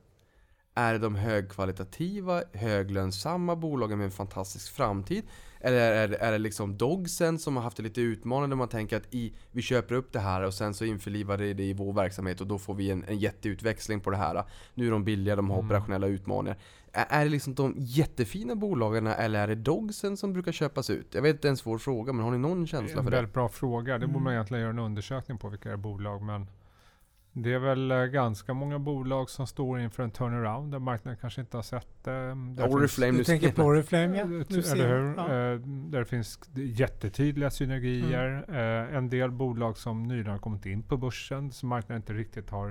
är de högkvalitativa, höglönsamma bolagen med en fantastisk framtid, eller är det liksom dogsen som har haft det lite utmanande, man tänker att vi köper upp det här och sen så införlivar det i vår verksamhet och då får vi en jätteutväxling på det här. Nu är de billiga, de har operationella utmaningar. Är det liksom de jättefina bolagen eller är det dogsen som brukar köpas ut? Jag vet inte, det är en svår fråga, men har ni någon känsla för det? En väldigt bra fråga. Det borde man egentligen göra en undersökning på vilka är bolag, men det är väl ganska många bolag som står inför en turnaround där marknaden kanske inte har sett Oriflame, du tänker på Oriflame, ja. Eller hur? Ja. Där finns jättetydliga synergier. En del bolag som nyligen har kommit in på börsen som marknaden inte riktigt har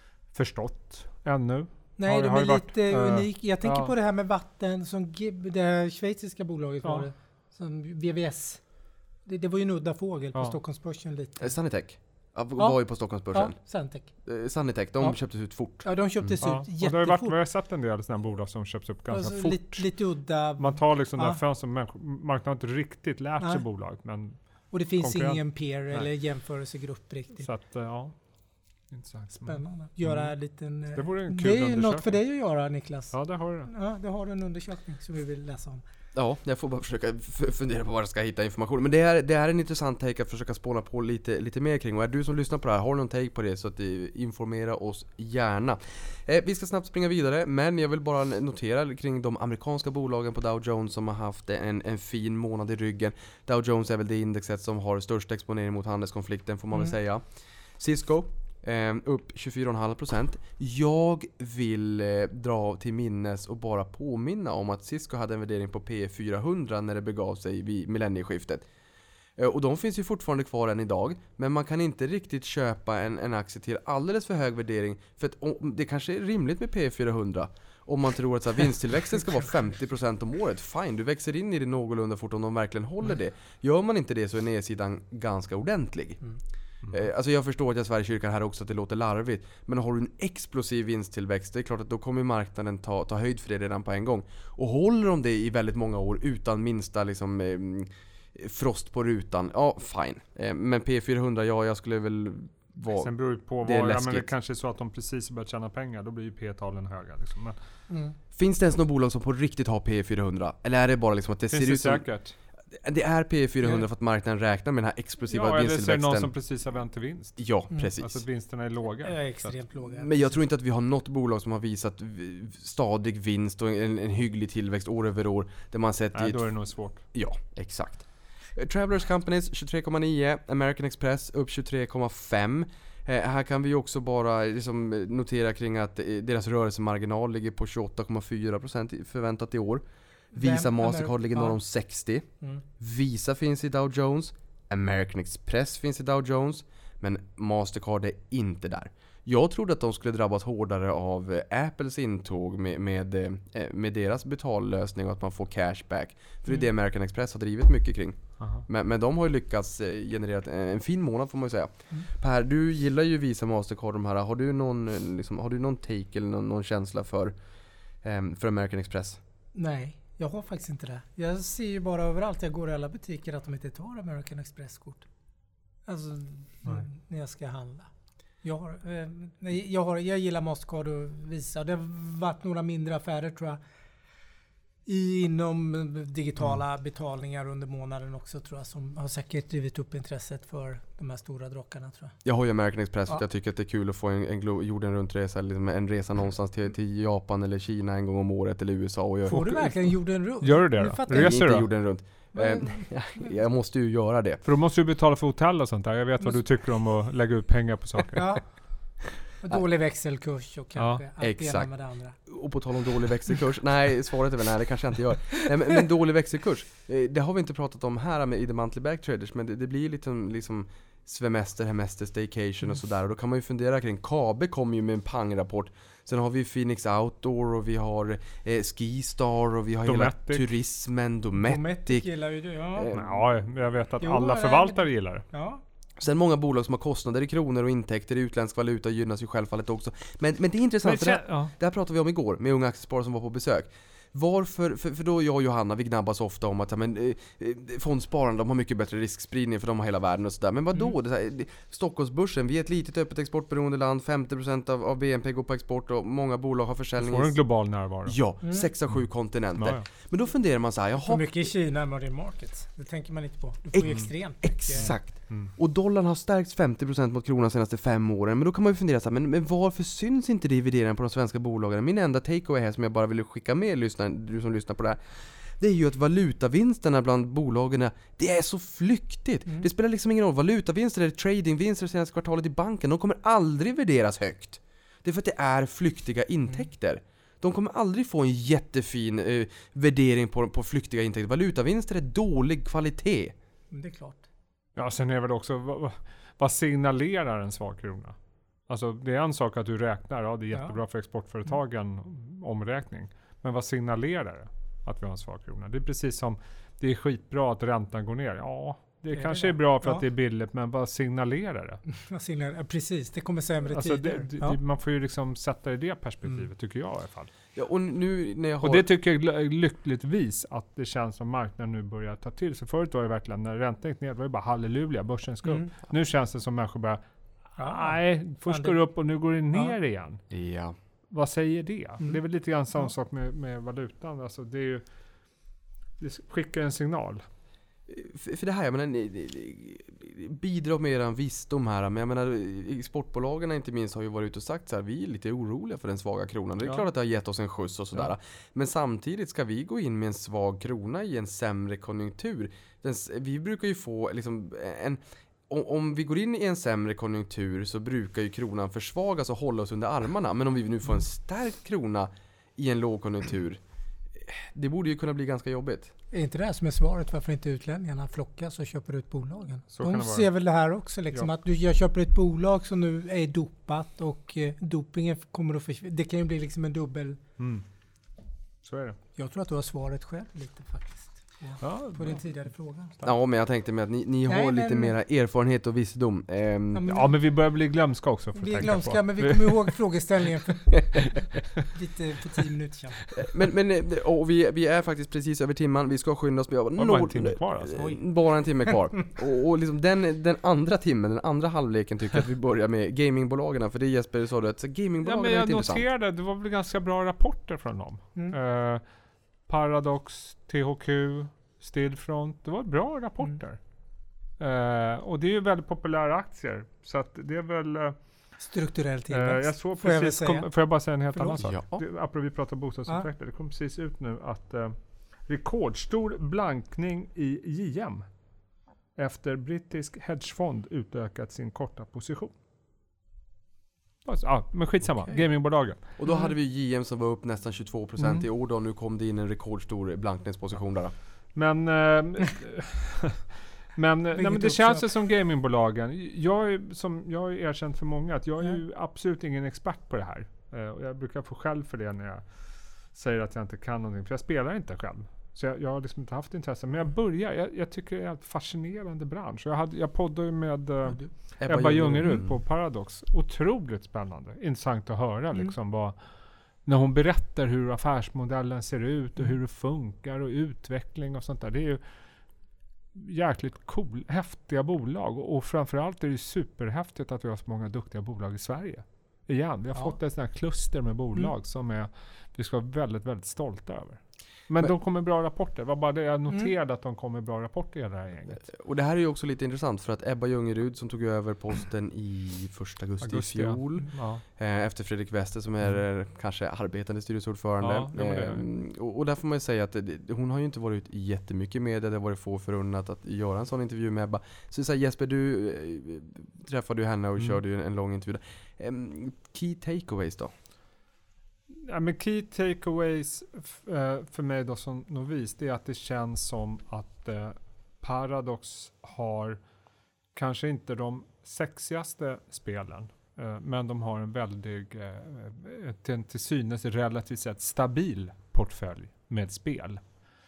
förstått ännu. Nej, de är lite unika. Jag tänker på det här med vatten som det här schweiziska bolaget var det. Som VVS. Det var ju en udda fågel på Stockholmsbörsen lite. Sanitec. Var ju på Stockholmsbörsen. Ja, Sanitec, de köptes ut fort. Ja, de köptes ut jättefort. Vi har sett en del sådana bolag som köps upp ganska fort. Lite udda. Man tar liksom den fönstern, marknaden har inte riktigt lärt sig bolaget. Men och det finns ingen peer eller jämförelsegrupp riktigt. Så att, intressant. Spännande. Göra en liten... Det vore en kul det är undersökning. Något för dig att göra, Niklas. Ja, det har du. Ja, det har du en undersökning som vi vill läsa om. Ja, jag får bara försöka fundera på var jag ska hitta information. Men det är en intressant take att försöka spåna på lite mer kring. Och är du som lyssnar på det här, har någon take på det, så att informera oss gärna. Vi ska snabbt springa vidare, men jag vill bara notera kring de amerikanska bolagen på Dow Jones som har haft en fin månad i ryggen. Dow Jones är väl det indexet som har störst exponering mot handelskonflikten, får man väl säga. Cisco upp 24,5%. Jag vill dra till minnes och bara påminna om att Cisco hade en värdering på P400 när det begav sig vid millennieskiftet. Och de finns ju fortfarande kvar än idag, men man kan inte riktigt köpa en aktie till alldeles för hög värdering, för att det kanske är rimligt med P400 om man tror att så här, vinsttillväxten ska vara 50% om året. Fine, du växer in i det någorlunda fort om de verkligen håller det. Gör man inte det så är nedsidan ganska ordentlig. Alltså jag förstår att jag Sverigekyrkan här också, att det låter larvigt, men har du en explosiv vinsttillväxt, det är klart att då kommer marknaden ta höjd för det redan på en gång. Och håller de det i väldigt många år utan minsta liksom, frost på rutan, ja fine. Men P400, jag skulle väl vara... Sen beror det på det är vad, läskigt. men det kanske är så att de precis börjat tjäna pengar, då blir ju P-talen höga liksom. Men, Finns det ens något bolag som på riktigt har P400? Eller är det bara liksom att det finns ser ut som... säkert. Det är P400 för att marknaden räknar med den här explosiva vinsttillväxten. Ja, eller så är det någon som precis har vänt till vinst. Ja, precis. Alltså att vinsterna är låga. Ja, extremt låga. Men jag tror inte att vi har något bolag som har visat stadig vinst och en hygglig tillväxt år över år. Där man sett Nej, då är det nog svårt. Ja, exakt. Travelers Companies 23,9, American Express upp 23,5. Här kan vi också bara liksom notera kring att deras rörelsemarginal ligger på 28,4% förväntat i år. Visa Mastercard ligger norr om 60. Visa finns i Dow Jones. American Express finns i Dow Jones. Men Mastercard är inte där. Jag trodde att de skulle drabbas hårdare av Apples intåg med deras betallösning och att man får cashback. För det är det American Express har drivit mycket kring. Men de har ju lyckats generera en fin månad får man ju säga. Per, du gillar ju Visa Mastercard de här. Har du någon take eller någon känsla för American Express? Nej, jag har faktiskt inte det. Jag ser ju bara överallt jag går i alla butiker att de inte tar American Express-kort. Alltså när jag ska handla. Jag gillar Mastercard och Visa. Det har varit några mindre affärer tror jag. Inom digitala betalningar under månaden också tror jag. Som har säkert drivit upp intresset för de här stora drockarna tror jag. Jag har ju American Express för jag tycker att det är kul att få en jorden runt-resa. Liksom en resa någonstans till Japan eller Kina en gång om året eller USA. Och får du verkligen jorden runt? Gör du det då? Reser du? Jorden runt. Jag måste ju göra det. För då måste du betala för hotell och sånt där. Jag vet vad du tycker om att lägga ut pengar på saker. Ja. Och dålig växelkurs och kanske allt exakt. med det andra. Och på tal om dålig växelkurs. Nej, svaret är väl nej, det kanske jag inte gör. Men dålig växelkurs. Det har vi inte pratat om här i The Monthly Bag Traders. Men det blir lite liksom svemester, hemester, staycation och sådär. Och då kan man ju fundera kring. Kabe kom ju med en pangrapport. Sen har vi Phoenix Outdoor och vi har Skistar och vi har hela turismen, Dometic gillar ju du, ja, jag vet att alla förvaltare gillar det. Ja. Sen många bolag som har kostnader i kronor och intäkter i utländsk valuta gynnas ju självfallet också. Men det är intressant, det här pratade vi om igår med unga aktiesparare som var på besök. Varför, för då jag och Johanna, vi gnabbas ofta om att fondspararna, de har mycket bättre riskspridning för de har hela världen och sådär. Men vadå? Stockholmsbörsen, vi är ett litet öppet exportberoende land, 50% av BNP går på export och många bolag har försäljning. Får en global närvaro. Ja, 6 av 7 kontinenter. Ja. Men då funderar man så här, för mycket i Kina emerging markets. Det tänker man inte på. Du får ju extremt. Exakt. Och dollarn har stärkts 50% mot kronan de senaste 5 åren. Men då kan man ju fundera så här, men varför syns inte det i värderingen på de svenska bolagen? Min enda takeaway här som jag bara ville skicka med du som lyssnar på det här, det är ju att valutavinsterna bland bolagen, det är så flyktigt. Det spelar liksom ingen roll. Valutavinster eller tradingvinster senaste kvartalet i banken, de kommer aldrig värderas högt. Det är för att det är flyktiga intäkter. De kommer aldrig få en jättefin värdering på flyktiga intäkter. Valutavinster är dålig kvalitet. Det är klart. Ja, sen är det också, vad signalerar en svag krona? Alltså det är en sak att du räknar, det är jättebra för exportföretagen omräkning. Men vad signalerar det att vi har en svag krona? Det är precis som, det är skitbra att räntan går ner. Ja, det kanske är bra för att det är billigt, men vad signalerar det? Precis, det kommer sämre tider. Man får ju liksom sätta i det perspektivet, tycker jag i alla fall. Ja, och nu när jag och det tycker jag lyckligtvis att det känns som marknaden nu börjar ta till. Så förut var det verkligen, när räntan gick ner, var det bara halleluja, börsen ska upp. Nu känns det som människor bara, nej, först går det upp och nu går det ner igen. Ja. Vad säger det? Det är väl lite grann samma sak med valutan. Alltså det är ju, det skickar en signal. För det här, jag menar, ni bidrar med er visdom här. Men jag menar, exportbolagen inte minst har ju varit ute och sagt så här, vi är lite oroliga för den svaga kronan. Det är klart att det har gett oss en skjuts och sådär. Men samtidigt ska vi gå in med en svag krona i en sämre konjunktur. Vi brukar ju få liksom om vi går in i en sämre konjunktur så brukar ju kronan försvagas och hålla oss under armarna. Men om vi nu får en stark krona i en lågkonjunktur, det borde ju kunna bli ganska jobbigt. Är inte det här som är svaret varför inte utlänningarna flockas och köper ut bolagen? De ser väl det här också, liksom, att jag köper ett bolag som nu är dopat och dopingen kommer att försvinna. Det kan ju bli liksom en dubbel... Så är det. Jag tror att du har svaret själv lite faktiskt. På den tidigare frågan. Ja, men jag tänkte med att ni har lite mera erfarenhet och visdom. Ja, men vi börjar bli glömska också. Vi är glömska, men vi kommer ihåg frågeställningen för lite på 10 minuter sedan. Men och vi är faktiskt precis över timman. Vi ska skynda oss. Bara en timme kvar alltså. Bara en timme kvar. och liksom den andra timmen, den andra halvleken tycker jag att vi börjar med gamingbolagen. För det Jesper sa att gamingbolagen är intressant. Jag noterade, det var väl ganska bra rapporter från dem. Paradox, THQ, Stillfront. Det var bra rapporter. Och det är ju väldigt populära aktier. Så att det är väl... strukturell tillväxt. Jag såg precis, får jag bara säga en helt annan sak? Ja. Apropå vi pratar bostadsutveckling. Det kom precis ut nu att rekordstor blankning i JM efter brittisk hedgefond utökat sin korta position. Men skitsamma. Okay. Gamingbolagen. Och då hade vi JM som var upp nästan 22% i år då. Nu kom det in en rekordstor blankningsposition där. Men det känns ju som gamingbolagen. Jag har erkänt för många att jag är ju absolut ingen expert på det här. Och jag brukar få själv för det när jag säger att jag inte kan någonting. För jag spelar inte själv. Så jag har liksom inte haft intresse. Men jag tycker det är en fascinerande bransch. Jag poddade ju med Ebba Ljungerud på Paradox. Otroligt spännande. Intressant att höra liksom när hon berättar hur affärsmodellen ser ut och hur det funkar och utveckling och sånt där. Det är ju jäkligt häftiga bolag. Och framförallt är det superhäftigt att vi har så många duktiga bolag i Sverige. Igen, vi har fått ett sånt här kluster med bolag som vi ska vara väldigt, väldigt stolta över. Men de kommer bra rapporter. Var bara det jag noterade att de kommer bra rapporter i det här gänget. Och det här är ju också lite intressant för att Ebba Ljungerud som tog över posten i 1 augusti i fjol. Efter Fredrik Wester som är kanske arbetande styrelseordförande. Och där får man ju säga att hon har ju inte varit jättemycket med det. Det har varit få förunnat att göra en sån intervju med Ebba. Så Jesper, du träffade ju henne och körde ju en lång intervju där. Key takeaways då? Ja, men key takeaways för mig då som novis, det är att det känns som att Paradox har kanske inte de sexigaste spelen, men de har en väldigt till synes relativt sett stabil portfölj med spel.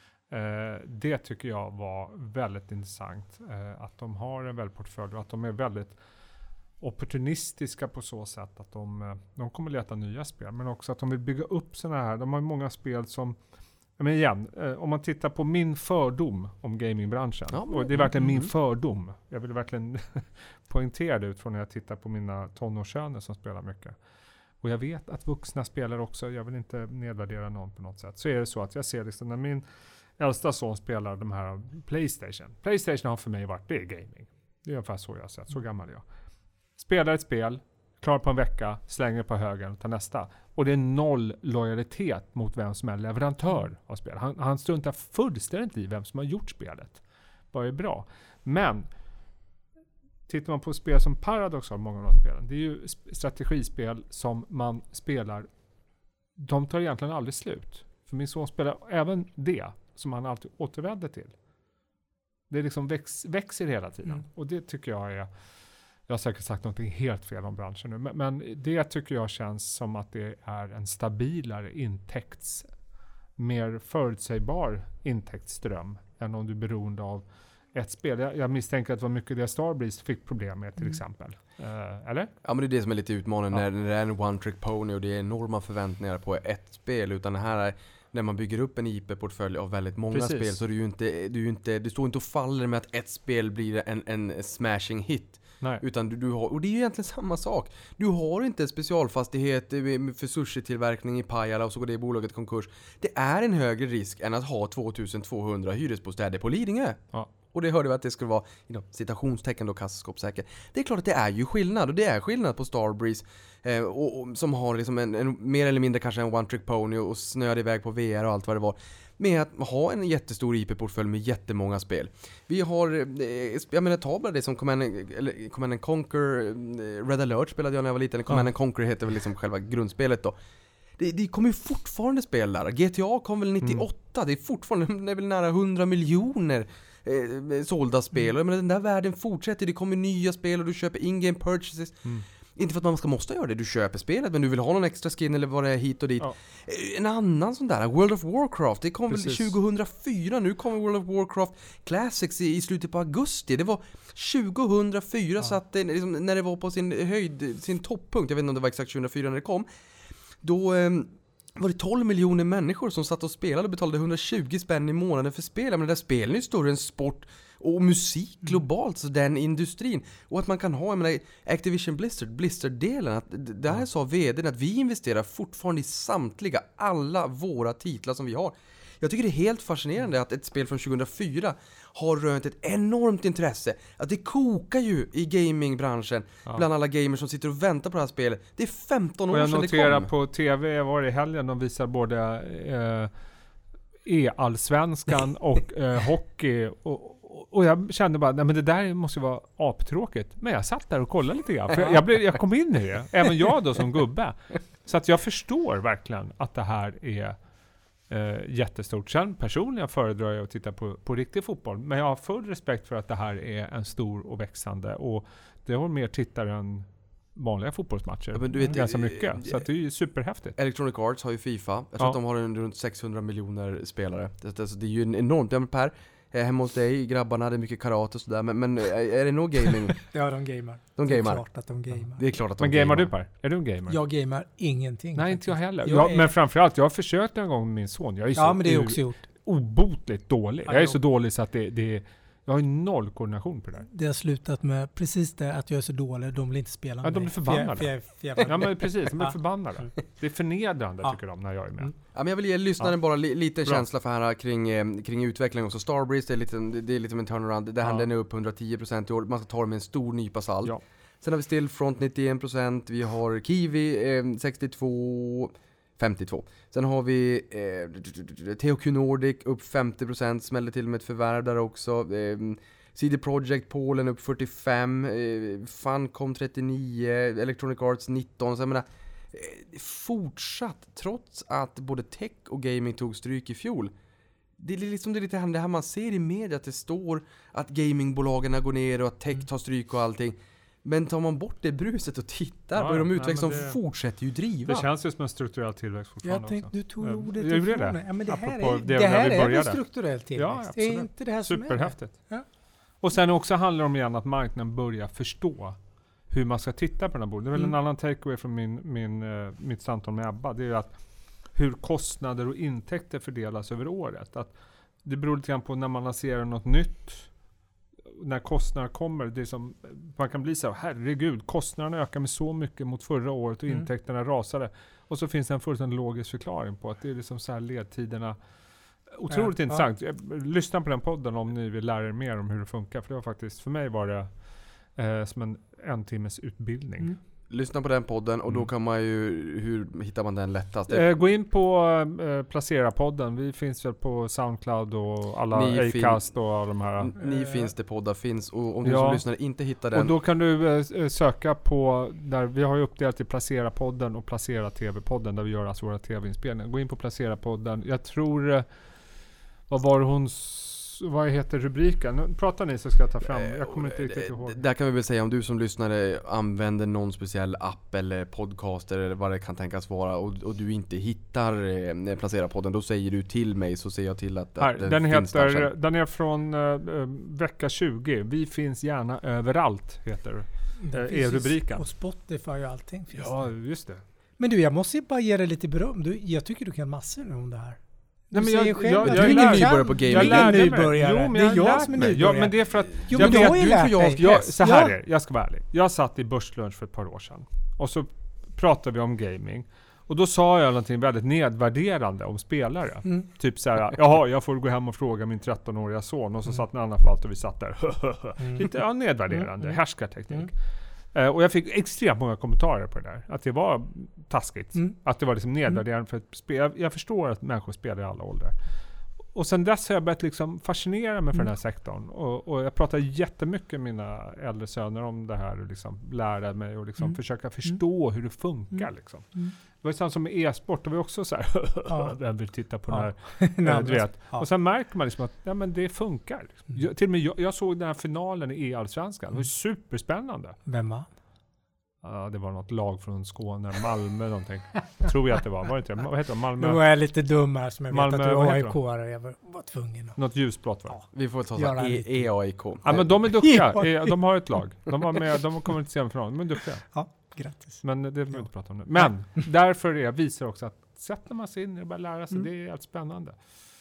Det tycker jag var väldigt intressant, att de har en väldigt portfölj och att de är väldigt opportunistiska på så sätt att de kommer leta nya spel, men också att de vill bygga upp sådana här. De har många spel som, men igen, om man tittar på min fördom om gamingbranschen, och det är verkligen min fördom. Jag vill verkligen poängtera det utifrån när jag tittar på mina tonårssöner som spelar mycket. Och jag vet att vuxna spelar också, jag vill inte nedvärdera någon på något sätt. Så är det så att jag ser liksom när min äldsta son spelar de här PlayStation har för mig varit, det är gaming. Det är ungefär så jag har sett, så gammal är jag. Spelar ett spel, klar på en vecka, slänger på högen och tar nästa. Och det är 0 lojalitet mot vem som är leverantör av spel. Han struntar fullständigt i vem som har gjort spelet. Vad är bra. Men tittar man på spel som Paradox har, många av de spelen, det är ju strategispel som man spelar, de tar egentligen aldrig slut. För min son spelar även det som han alltid återvänder till. Det liksom växer hela tiden. Och det tycker jag är... Jag har säkert sagt någonting helt fel om branschen nu. Men det tycker jag känns som att det är en stabilare mer förutsägbar intäktsström än om du är beroende av ett spel. Jag misstänker att det var mycket det Starbreeze fick problem med till exempel. Eller? Ja, men det är det som är lite utmanande när det är en one-trick pony och det är enorma förväntningar på ett spel. Utan det här är, när man bygger upp en IP-portfölj av väldigt många spel så är du står inte och faller med att ett spel blir en smashing hit. Nej. Utan du har, och det är ju egentligen samma sak. Du har inte en specialfastighet för sushi-tillverkning i Pajala och så går det bolaget konkurs. Det är en högre risk än att ha 2200 hyresbostäder på Lidingö. Ja. Och det hörde vi att det skulle vara citationstecken då kassaskåpssäker. Det är klart att det är ju skillnad. Och det är skillnad på Starbreeze och som har liksom en mer eller mindre kanske en one-trick pony och snöade iväg på VR och allt vad det var. Med att ha en jättestor IP-portfölj med jättemånga spel. Vi har, jag menar, ta bara det som Command & Conquer, Red Alert spelade jag när jag var liten. Command & Conquer heter väl liksom själva grundspelet då. Det kommer ju fortfarande spel där. GTA kom väl 98. Det är fortfarande, det är väl nära 100 miljoner sålda spel. Men den där världen fortsätter. Det kommer nya spel och du köper in-game purchases. Inte för att man måste göra det. Du köper spelet men du vill ha någon extra skin eller vad det är hit och dit. Ja. En annan sån där, World of Warcraft. Det kom väl 2004. Nu kommer World of Warcraft Classics i slutet på augusti. Det var 2004 så att liksom, när det var på sin topppunkt. Jag vet inte om det var exakt 2004 när det kom. Då var det 12 miljoner människor som satt och spelade och betalade 120 spänn i månaden för spel. Men det där spelen är ju större än sport och musik globalt, så den industrin. Och att man kan ha, jag menar, Activision Blizzard-delen, att där sa vdn att vi investerar fortfarande i alla våra titlar som vi har. Jag tycker det är helt fascinerande att ett spel från 2004 har rönt ett enormt intresse. Att det kokar ju i gamingbranschen bland alla gamers som sitter och väntar på det här spelet. Det är 15 år sedan det kom. Och jag noterar på tv var det i helgen, de visar både e-allsvenskan och hockey Och jag kände bara, nej men det där måste ju vara aptråkigt. Men jag satt där och kollade lite grann. För jag kom in i det. Även jag då som gubbe. Så att jag förstår verkligen att det här är jättestort. Sen personligen föredrar jag att titta på riktig fotboll. Men jag har full respekt för att det här är en stor och växande. Och det har mer tittare än vanliga fotbollsmatcher. Men du vet, ganska mycket. Så att det är ju superhäftigt. Electronic Arts har ju FIFA. Jag tror att de har runt 600 miljoner spelare. Det är ju enormt. Ja, men Per, hemma hos dig, grabbarna, det är mycket karate och sådär. Men är det nog gaming? Ja, de gamar. De gamar. Det är klart att de gamar. Det är klart att de men gamar du, Per? Är du en gamer? Jag gamar ingenting. Nej, inte jag heller. Men framförallt, jag har försökt en gång med min son. Jag är så men det är också gjort. Obotligt dålig. Ja, jag är så dålig så att jag har noll koordination på det där. Det har slutat med precis det, att jag är så dålig. De vill inte spela med de blir förbannade. Ja, men precis. De blir förbannade. Det är förnedrande tycker de när jag är med. Ja, men jag vill ge lyssnaren bara lite känsla för här kring utveckling också. Starbreeze, det är lite en turnaround. Det handlar nu upp 110% i år. Man ska ta det med en stor nypa salt. Ja. Sen har vi Stillfront 91%. Vi har Kiwi 52. Sen har vi THQ Nordic upp 50%, smällde till med ett förvärv där också. CD Projekt Polen upp 45, Funcom 39, Electronic Arts 19. Så jag menar, fortsatt, trots att både tech och gaming tog stryk i fjol. Det är liksom det här man ser i media, att det står att gamingbolagen går ner och att tech tar stryk och allting. Men tar man bort det bruset och tittar på de utveckling som fortsätter ju driva. Det känns ju som en strukturell tillväxt fortfarande. Jag tänkte, du tog ordet ifrån det. Ja, men det här är en strukturell tillväxt. Ja, det är inte det här som superhäftigt. Ja. Och sen också handlar det om igen att marknaden börjar förstå hur man ska titta på den här borden. Det är väl en annan takeaway från mitt samtal med Ebba. Det är att hur kostnader och intäkter fördelas över året. Att det beror lite grann på när man lanserar något nytt. När kostnader kommer, det är som, man kan bli så här, herregud, kostnaderna ökar med så mycket mot förra året och intäkterna rasade. Och så finns det en fullständigt logisk förklaring på att det är liksom så här ledtiderna. Otroligt intressant. Lyssna på den podden om ni vill lära er mer om hur det funkar. För det var faktiskt, för mig var det som en timmes utbildning. Lyssna på den podden och då kan man ju, hur hittar man den lättast? Gå in på Placera-podden. Vi finns väl på Soundcloud och alla Acast och alla de här. Ni finns det, poddar finns. Och om du som lyssnar inte hittar den. Och då kan du söka på, där vi har ju uppdelat i Placera-podden och Placera TV-podden där vi gör alltså våra TV-inspelningar. Gå in på Placera-podden. Jag tror, vad heter rubriken? Nu pratar ni så ska jag ta fram. Jag kommer inte riktigt ihåg. Där kan vi väl säga, om du som lyssnare använder någon speciell app eller podcaster eller vad det kan tänkas vara och du inte hittar Placera-podden, då säger du till mig så ser jag till att den finns där. Den är från vecka 20. Vi finns gärna överallt, heter är rubriken. Och Spotify och allting finns. Ja, just det. Men du, jag måste bara ge dig lite beröm. Jag tycker du kan massor om det här. Nej, men jag är ingen nybörjare på gaming. Jag lärde mig. Jo, men det är jag som är nybörjare. Ja, men det är för att men du har ju lärt dig. Så här är det. Jag ska vara ärlig. Jag satt i Börslunch för ett par år sedan. Och så pratade vi om gaming. Och då sa jag någonting väldigt nedvärderande om spelare. Typ så här, jaha, jag får gå hem och fråga min 13-åriga son. Och så satt en annan på allt och vi satt där. Lite nedvärderande, härskarteknik. Och jag fick extremt många kommentarer på det där. Att det var taskigt. Att det var liksom nedvärderande för ett spel. Jag förstår att människor spelar i alla åldrar. Och sen dess har jag börjat liksom fascinera mig för den här sektorn. Och jag pratar jättemycket med mina äldre söner om det här. Och liksom lära mig och liksom försöka förstå hur det funkar. Liksom. Det var ju samma som med e-sport. Det var också så här, vem vill titta på den här, du vet. Och sen märker man liksom att men det funkar. Liksom. Till och med jag såg den här finalen i E-allsvenskan. Det var superspännande. Vem var? Ja, det var något lag från Skåne, Malmö någonting. Tror jag att det var. Var det inte? Vad heter det? Malmö? Nu var jag lite dum här som jag Malmö, vet att du är AIK-are. Jag var tvungen att... Något ljusblått, va? Ja, vi får ta så EAIK. Ja, men de är duktiga. De har ett lag. De var med, de kommer inte se för någon. De är duktiga. Ja, grattis. Men det behöver vi inte prata om nu. Men därför visar också att sätter man sig in och bara lära sig, det är helt spännande.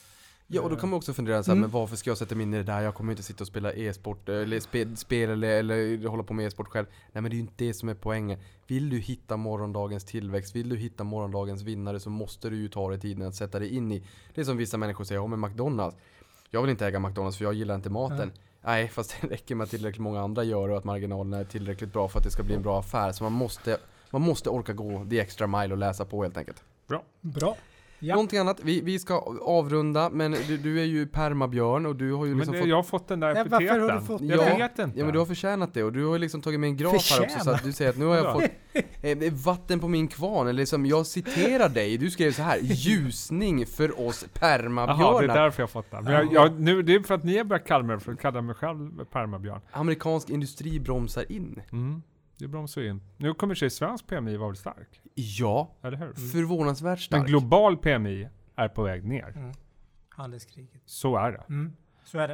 Ja, och då kan man också fundera så här, men varför ska jag sätta mig in i det där? Jag kommer inte sitta och spela e-sport eller spel eller hålla på med e-sport själv. Nej, men det är ju inte det som är poängen. Vill du hitta morgondagens tillväxt, vill du hitta morgondagens vinnare, så måste du ju ta dig tiden att sätta dig in i. Det är som vissa människor säger om McDonalds. Jag vill inte äga McDonalds för jag gillar inte maten. Nej, fast det räcker med att tillräckligt många andra gör och att marginalerna är tillräckligt bra för att det ska bli en bra affär. Så man måste orka gå the extra mile och läsa på helt enkelt. Bra. Ja. Någonting annat, vi ska avrunda, men du är ju permabjörn och du har ju liksom Jag har fått den där varför har du epiteten. fått Jag det? vet inte. Ja, men du har förtjänat det och du har ju liksom tagit med en graf här också så att du säger att nu har jag fått vatten på min kvarn, eller liksom jag citerar dig, du skrev så här: ljusning för oss permabjörnar. Jaha, det är därför jag har fått det. Men nu, det är för att ni har börjat kalla mig själv permabjörn. Amerikansk industri bromsar in. Det bromsar in. Nu kommer sig svensk PMI var väl stark? Ja, Eller hur? förvånansvärt stark. Men global PMI är på väg ner. Handelskriget. Så är det. Så är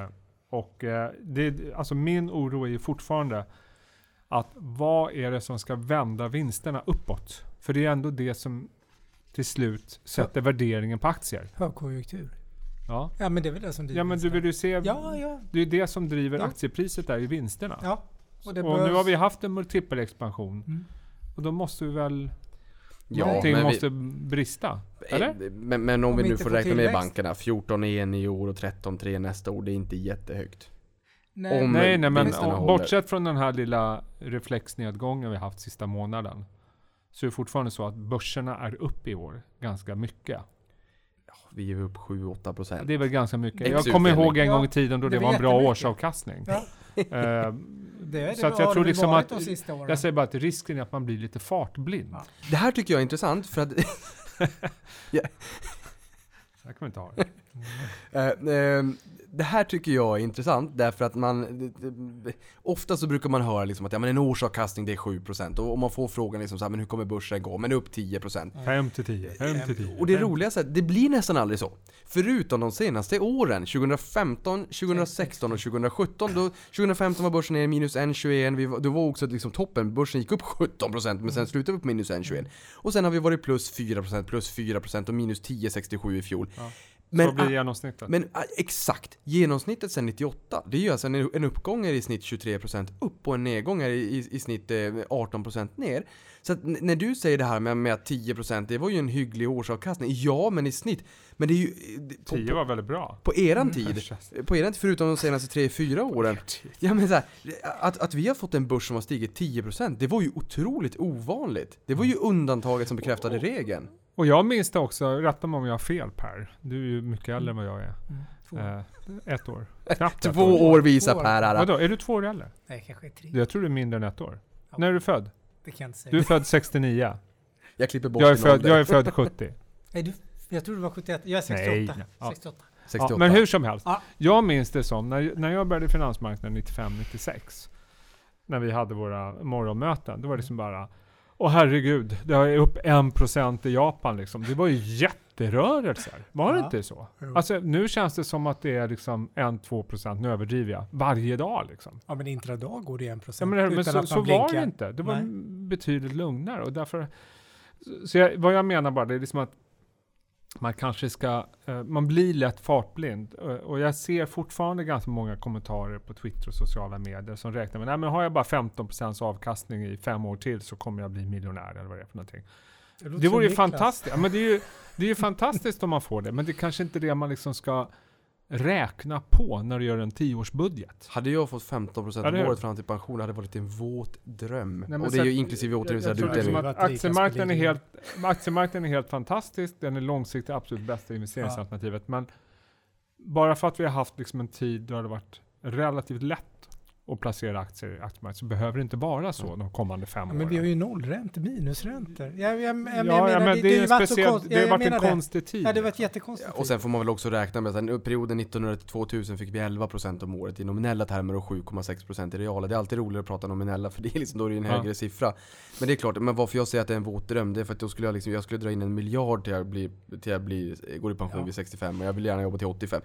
det. Alltså min oro är ju fortfarande att vad är det som ska vända vinsterna uppåt? För det är ändå det som till slut sätter värderingen på aktier. Högkonjunktur. Ja. Ja, men det är väl det som driver. Ja, men du vill ju se. Ja. Det är det som driver Ja. aktiepriset där i vinsterna. Ja. Och nu har vi haft en multipelexpansion. Och då måste vi väl någonting måste brista. Eller? Men om vi vi nu inte får får räkna med tillväxt. bankerna, 14,1 i år och 13,3 nästa år, det är inte jättehögt. Nej, Nej, men vinsterna håller. bortsett från den här lilla reflexnedgången vi haft sista månaden, så är det fortfarande så att börserna är upp i år ganska mycket. Vi är upp 7-8%. Det är väl ganska mycket. Jag Exakt. kommer ihåg en Ja, gång i tiden då det det var var en bra jättemycket. årsavkastning. Ja. Det Så att jag tror liksom att, de sista åren. jag säger bara att risken är att man blir lite fartblind. Ja. Det här tycker jag är intressant för att Jag kommer inte ha det. det här tycker jag är intressant därför att ofta så brukar man höra liksom att ja, men en årsavkastning det är 7% och om man får frågan liksom så här, men hur kommer börsen gå? Men upp 10%. 5-10. Och det roliga är att det blir nästan aldrig så. Förutom de senaste åren, 2015, 2016 och 2017. 2015 var börsen ner minus 1,21. Det var också liksom toppen. Börsen gick upp 17% men sen slutade vi på minus 1,21. Och sen har vi varit plus 4% och minus 10,67 i fjol. Ja. Men, Så blir genomsnittet. Men exakt, genomsnittet sedan 98, det är ju alltså en uppgång är i snitt 23% upp och en nedgång är i snitt 18% ner. Så att när du säger det här med att 10%, det var ju en hygglig årsavkastning. Ja, men i snitt. Men det är ju 10 var väldigt bra. på eran tid, förutom de senaste 3-4 åren. Ja, men så här, att vi har fått en börs som har stigit 10%, det var ju otroligt ovanligt. Det var ju undantaget som bekräftade regeln. Och jag minns det också, rätta mig om jag har fel Per. Du är ju mycket äldre än vad jag är. 1 år. Knappt 2 år visar Två år. Per här. Vadå, är du 2 år äldre? Nej, kanske 3. Jag tror du är mindre än 1 år. Ja. När är du född? Det kan jag inte säga. Du är född 69. Jag klipper bort Jag din ålder. är född 70. Nej, jag tror du var 71. Jag är 68. Nej. Ja. 68. 68. Ja, men hur som helst. Ja. Jag minns det som, när jag började i finansmarknaden 95-96. När vi hade våra morgonmöten. Då var det liksom bara, åh herregud, det är upp 1% i Japan liksom. Det var ju jätterörelser. Var det inte så? Alltså nu känns det som att det är liksom 1-2%, nu överdriver jag, varje dag liksom. Ja, men intradag går det 1%. Ja, men utan så, att så man var det blinkar. inte. Det var Nej. betydligt lugnare och därför vad jag menar bara, det är liksom att man kanske ska, man blir lätt fartblind och jag ser fortfarande ganska många kommentarer på Twitter och sociala medier som räknar med, nej men har jag bara 15% avkastning i 5 år till så kommer jag bli miljonär eller vad det är för någonting. Det vore ju fantastiskt. Ja, men det är ju fantastiskt om man får det, men det är kanske inte det man liksom ska räkna på när du gör en 10-årsbudget. Hade jag fått 15% om året fram till pension hade det varit en våt dröm. Nej, och det är ju inklusive återvinningsad utdelning. Aktiemarknaden är helt fantastisk. Den är långsiktigt absolut bästa investeringsalternativet. Men bara för att vi har haft liksom en tid då det har varit relativt lätt att placera aktier i aktiemarknaden så behöver det inte vara så de kommande 5 åren. Men vi har ju nollräntor, minusräntor. Det har varit en konstig tid. Ja, det var ett jättekonstigt tid. Och sen får man väl också räkna med att perioden 1900-2000 fick vi 11% om året i nominella termer och 7,6% i reala. Det är alltid roligare att prata nominella för det är liksom då är det en högre siffra. Men det är klart, men varför jag säger att det är en våt dröm, det är för att då skulle jag skulle dra in 1 miljard till jag går i pension vid 65 och jag vill gärna jobba till 85.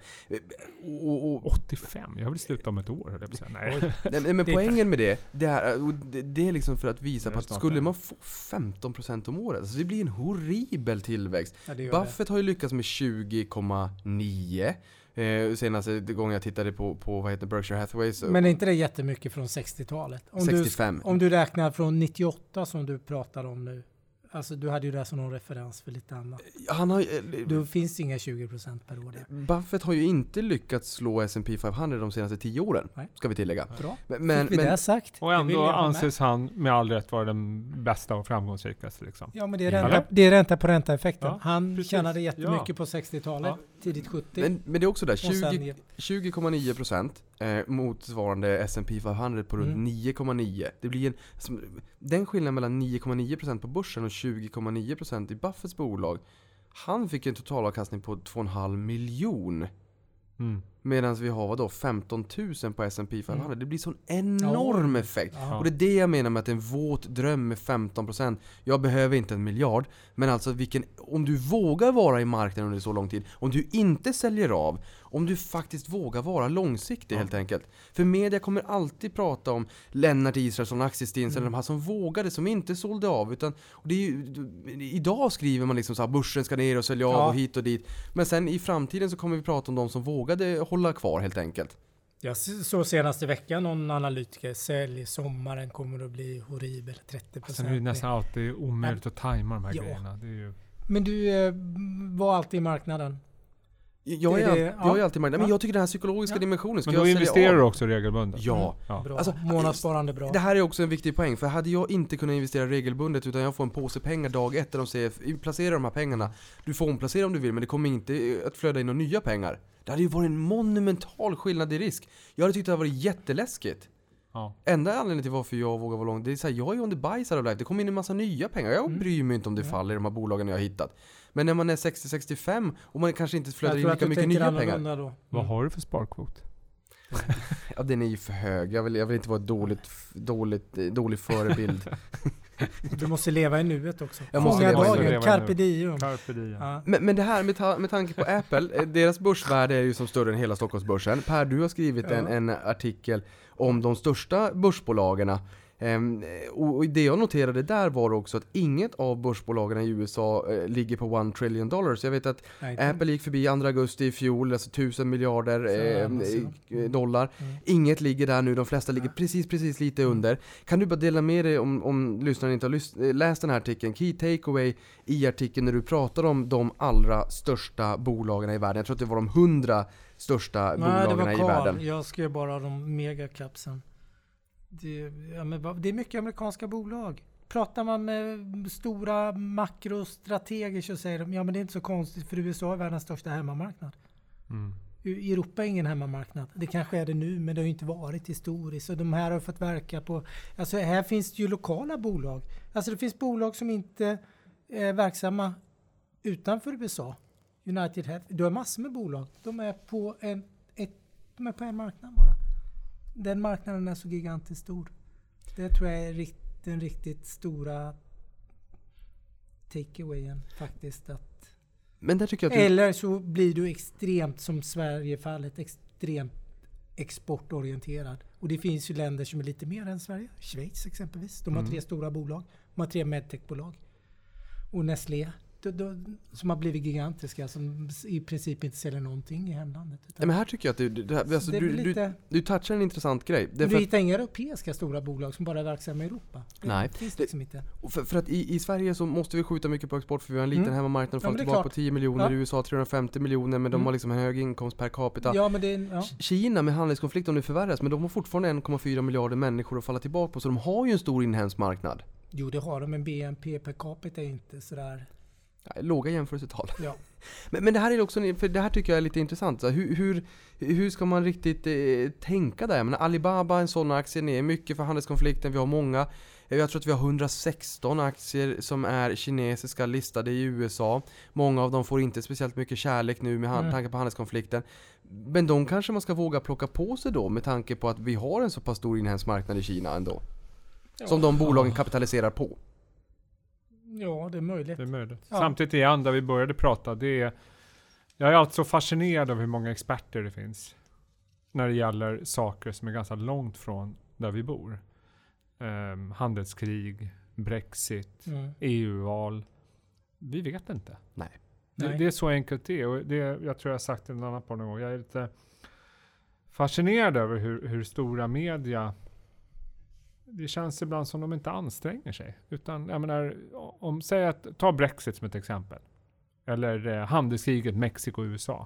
85? Jag vill sluta om ett år. Nej, men poängen med det är liksom för att visa på att skulle man få 15% om året, alltså det blir en horribel tillväxt. Ja, Buffett har ju lyckats med 20,9. Senaste gången jag tittade på vad heter Berkshire Hathaway. Så men är inte det jättemycket från 60-talet? 65. Om du räknar från 98 som du pratar om nu. alltså du hade ju det som någon referens för lite annat. Han har Då finns inga 20% per år där. Buffett har ju inte lyckats slå S&P 500 de senaste 10 åren, Nej. ska vi tillägga. Bra. Men, Fick vi det sagt? Och Det vill ändå jag ha med. anses han med all rätt vara den bästa och framgångsrikaste liksom. Ja, men det är Eller? ränta på ränta-effekten. Ja, han precis. tjänade jättemycket Ja. på 60-talet, Ja. tidigt 70. men det är också där, Och sen- 20,9% motsvarande S&P 500 på runt 9,9. Det blir den skillnaden mellan 9,9% på börsen och 20,9% i Buffetts bolag. Han fick en totalavkastning på 2,5 miljon. Medan vi har 15 000 på S&P 500. Det blir sån enorm effekt. Ja. Och det är det jag menar med att en våt dröm med 15%. Jag behöver inte 1 miljard. Men alltså om du vågar vara i marknaden under så lång tid. Om du inte säljer av. Om du faktiskt vågar vara långsiktig helt enkelt. För media kommer alltid prata om Lennart Israelsson, Axelstins eller de här som vågade, som inte sålde av. Utan, och det är ju, idag skriver man liksom så här, börsen ska ner och sälja av och hit och dit. Men sen i framtiden så kommer vi prata om de som vågade hålla kvar helt enkelt. Jag såg senaste veckan någon analytiker sälj sommaren kommer att bli horribel, 30%. Sen är det nästan alltid omöjligt att tajma de här grejerna. Det är ju... Men du var alltid i marknaden. Jag är alltid marknaden. Men jag tycker den här psykologiska dimensionen ska Men då jag investerar du också regelbundet? Ja. Bra. Alltså, månadssparande bra. Det här är också en viktig poäng. För hade jag inte kunnat investera regelbundet utan jag får en påse pengar dag ett där de säger placera de här pengarna. Du får omplacera om du vill men det kommer inte att flöda in några nya pengar. Det hade ju varit en monumental skillnad i risk. Jag hade tyckt att det hade varit jätteläskigt. Ja. Enda anledningen till varför jag vågar vara lång, det är så här, jag är on the buy side of life. Det kommer in en massa nya pengar. Jag bryr mig inte om det faller i de här bolagen jag har hittat. Men när man är 60-65 och man kanske inte flödar in lika mycket nya pengar. Då. Vad har du för sparkvot? Ja, den är ju för hög. Jag vill inte vara dålig förebild. Du måste leva i nuet också. Jag måste Fånga leva i dagen, nuet. carpe diem. Carpe diem. Ja. Men det här med tanke på Apple, deras börsvärde är ju som större än hela Stockholmsbörsen. Per, du har skrivit en artikel om de största börsbolagen. Och det jag noterade där var också att inget av börsbolagen i USA ligger på $1 trillion. Så jag vet att Apple gick förbi 2 augusti i fjol, alltså 1000 miljarder dollar. Inget ligger där nu, de flesta ligger precis lite under. Kan du bara dela med dig om lyssnarna inte har läst den här artikeln? Key takeaway i artikeln när du pratar om de allra största bolagen i världen. Jag tror att det var de 100 största bolagen i världen. Jag skrev bara de megacapsen. Det är mycket amerikanska bolag. Pratar man med stora makrostrateger så säger de men det är inte så konstigt för USA är världens största hemmamarknad. Europa är ingen hemmamarknad. Det kanske är det nu men det har ju inte varit historiskt. Så de här har fått verka på... Alltså här finns det ju lokala bolag. Alltså det finns bolag som inte är verksamma utanför USA. United Health. Du har massor med bolag. De är på en marknad bara. Den marknaden är så gigantiskt stor. Det tror jag är den riktigt stora takeawayen faktiskt. Men där tycker jag att eller så blir du extremt, som Sverige-fallet, extremt exportorienterad. Och det finns ju länder som är lite mer än Sverige. Schweiz exempelvis. De har 3 stora bolag. De har 3 medtechbolag. Och Nestlé. Som har blivit gigantiska, som i princip inte säljer någonting i hemlandet. Men här tycker jag att du touchar en intressant grej. Du hittar inga europeiska stora bolag som bara är verksamma i Europa. Nej. Finns liksom inte. För att i Sverige så måste vi skjuta mycket på export för vi har en liten hemmamarknad och folk tillbaka på 10 miljoner. I USA 350 miljoner men de har liksom en hög inkomst per capita. Ja, men Kina med handelskonflikt om det förvärras men de har fortfarande 1,4 miljarder människor att falla tillbaka på så de har ju en stor inhemsk marknad. Jo, det har de, men BNP per capita är inte sådär... Låga jämförelsetal. Ja. Men det här är också, för det här tycker jag är lite intressant. Så hur ska man riktigt tänka där? Men Alibaba, en sån aktie, är mycket för handelskonflikten. Vi har många. Jag tror att vi har 116 aktier som är kinesiska listade i USA. Många av dem får inte speciellt mycket kärlek nu med tanke på handelskonflikten. Men de kanske man ska våga plocka på sig då med tanke på att vi har en så pass stor inhemsk marknad i Kina ändå. Som de bolagen kapitaliserar på. Ja, det är möjligt. Det är möjligt. Ja. Samtidigt är andra vi började prata, jag är alltså fascinerad av hur många experter det finns när det gäller saker som är ganska långt från där vi bor. Handelskrig, Brexit, EU-val. Vi vet inte. Nej. Det är så enkelt det är. Och jag tror jag har sagt det en annan på någon gång. Jag är lite fascinerad över hur stora media det känns ibland som de inte anstränger sig. Utan, jag menar, säg att, ta Brexit som ett exempel. Eller handelskriget Mexiko och USA.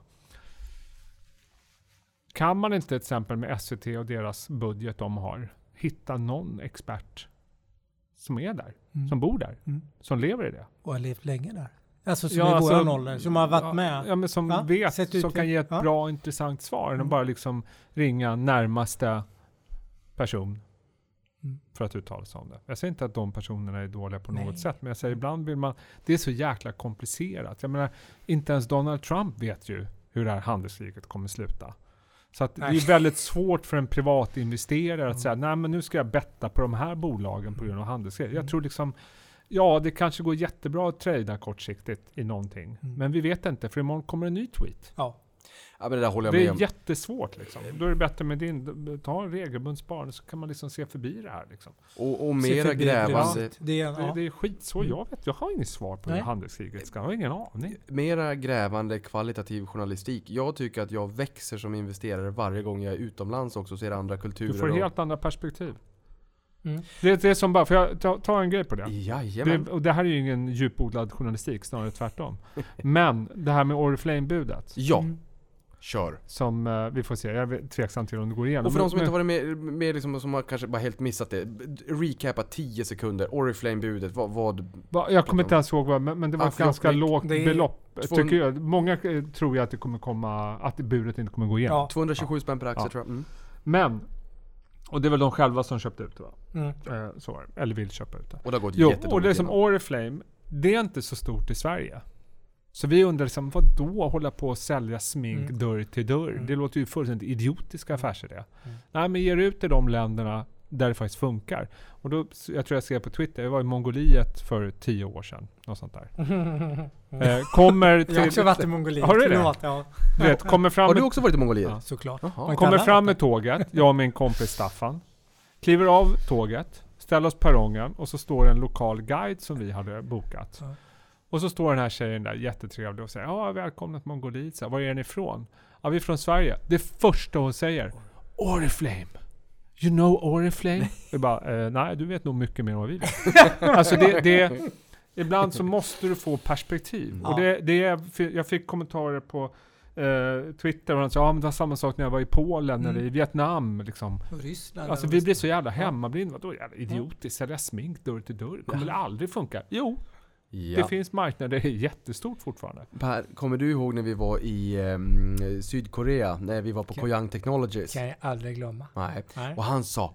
Kan man inte till exempel med SVT och deras budget de har hitta någon expert som är där, som bor där, som lever i det? Och har levt länge där. Alltså som är våran ålder, som har varit med. Ja, men som vet, som kan ge ett bra, intressant svar. Än att bara liksom ringa närmaste person för att uttala sig om det. Jag säger inte att de personerna är dåliga på något sätt, men jag säger ibland vill man, det är så jäkla komplicerat. Jag menar, inte ens Donald Trump vet ju hur det här handelskriget kommer sluta. Så att det är väldigt svårt för en privat investerare att säga, nej men nu ska jag betta på de här bolagen på grund av handelskriget. Jag tror liksom, ja det kanske går jättebra att trada kortsiktigt i någonting. Men vi vet inte, för imorgon kommer en ny tweet. Ja, men det där håller jag det med är om. Jättesvårt liksom. Då är det bättre med ta en regelbunden sparande så kan man liksom se förbi det här liksom. Och mera grävande. Det är skit så jag har inget svar på hur handelskriget ska. Jag har ingen aning. Mera grävande kvalitativ journalistik. Jag tycker att jag växer som investerare varje gång jag är utomlands också och ser andra kulturer. Du får helt andra perspektiv. Det är som bara, för jag tar en grej på det. Jajamän. Och det här är ju ingen djupodlad journalistik, snarare tvärtom. Men det här med Oriflame-budet. Ja. Kör. Som vi får se. Jag är tveksam till om det går igenom. Och för de som inte varit med liksom, som har kanske bara helt missat det. Recapa 10 sekunder. Oriflame-budet. Jag kommer inte ens ihåg men det var ett ganska lågt belopp. Tycker jag. Många tror ju att det kommer komma, att budet inte kommer gå igenom. Ja. 227 spänn per aktie tror jag. Men, och det är väl de själva som köpte ut det va? Så var det. Eller vill köpa ut det. Och det har gått jättedåligt. Och det är som Oriflame, det är inte så stort i Sverige. Så vi undrar liksom, vad då hålla på att sälja smink dörr till dörr? Det låter ju fullständigt idiotiska affärsidé. Nej, men ger ut i de länderna där det faktiskt funkar. Och då, jag tror jag ser på Twitter, jag var i Mongoliet för 10 år sedan. Något sånt där. Kommer till... Jag har också varit i Mongoliet. Har du det? Ja. Du vet, kommer fram har du också varit i Mongoliet? Ja, såklart. Kommer fram med tåget, jag och min kompis Staffan. Kliver av tåget, ställer oss perrongen och så står en lokal guide som vi hade bokat. Och så står den här tjejen där jättetrevlig och säger välkomna till Mongoliet. Så, var är ni ifrån? Ja, vi är från Sverige. Det första hon säger, Oriflame. You know Oriflame? Vi bara, nej du vet nog mycket mer än vad vi vet. Alltså ibland så måste du få perspektiv. Och jag fick kommentarer på Twitter och han sa, men det var samma sak när jag var i Polen eller i Vietnam liksom. Och Ryssland. Alltså vi blir så jävla hemmablinda. Vadå jävla idiotiskt? Sälja smink dörr till dörr. Kommer väl aldrig funka? Jo. Ja. Det finns marknader, det är jättestort fortfarande. Per, kommer du ihåg när vi var i Sydkorea, när vi var på Koyang Technologies? Kan jag aldrig glömma. Nej. Och han sa,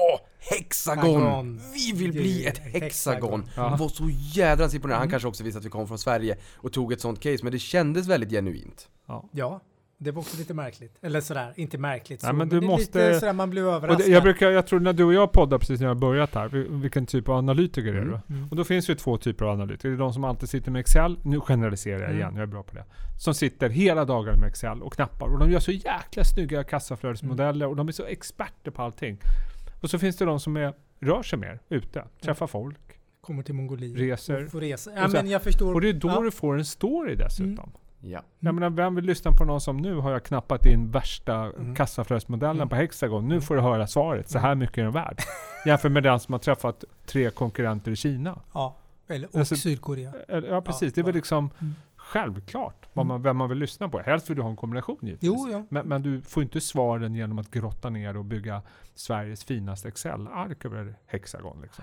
hexagon! Vi vill bli ett hexagon. Han var så jädra imponerad. Han kanske också visste att vi kom från Sverige och tog ett sånt case, men det kändes väldigt genuint. Ja. Det var också lite märkligt. Eller sådär, inte märkligt. Nej, så, men du måste... lite sådär, man blir överraskad. Jag tror när du och jag poddar precis när jag har börjat här, vilken typ av analytiker är du? Och då finns ju 2 typer av analytiker. Det är de som alltid sitter med Excel, nu generaliserar jag igen, jag är bra på det. Som sitter hela dagen med Excel och knappar. Och de gör så jäkla snygga kassaflödesmodeller och de är så experter på allting. Och så finns det de som rör sig mer ute, träffar folk. Kommer till Mongoliet. Reser. Får resa. Ja, men jag förstår. Och det är då du får en story dessutom. Ja. Jag menar, vem vill lyssna på någon som nu har jag knappat in värsta kassaflödesmodellen på Hexagon. Nu får du höra svaret. Så här mycket är den värd. Jämför med den som har träffat 3 konkurrenter i Kina. Ja, och Sydkorea. Ja, precis. Det är väl liksom självklart vem man vill lyssna på. Helst vill du ha en kombination givetvis. Jo. Men du får inte svaren genom att grotta ner och bygga Sveriges finaste Excel-ark över Hexagon. Liksom.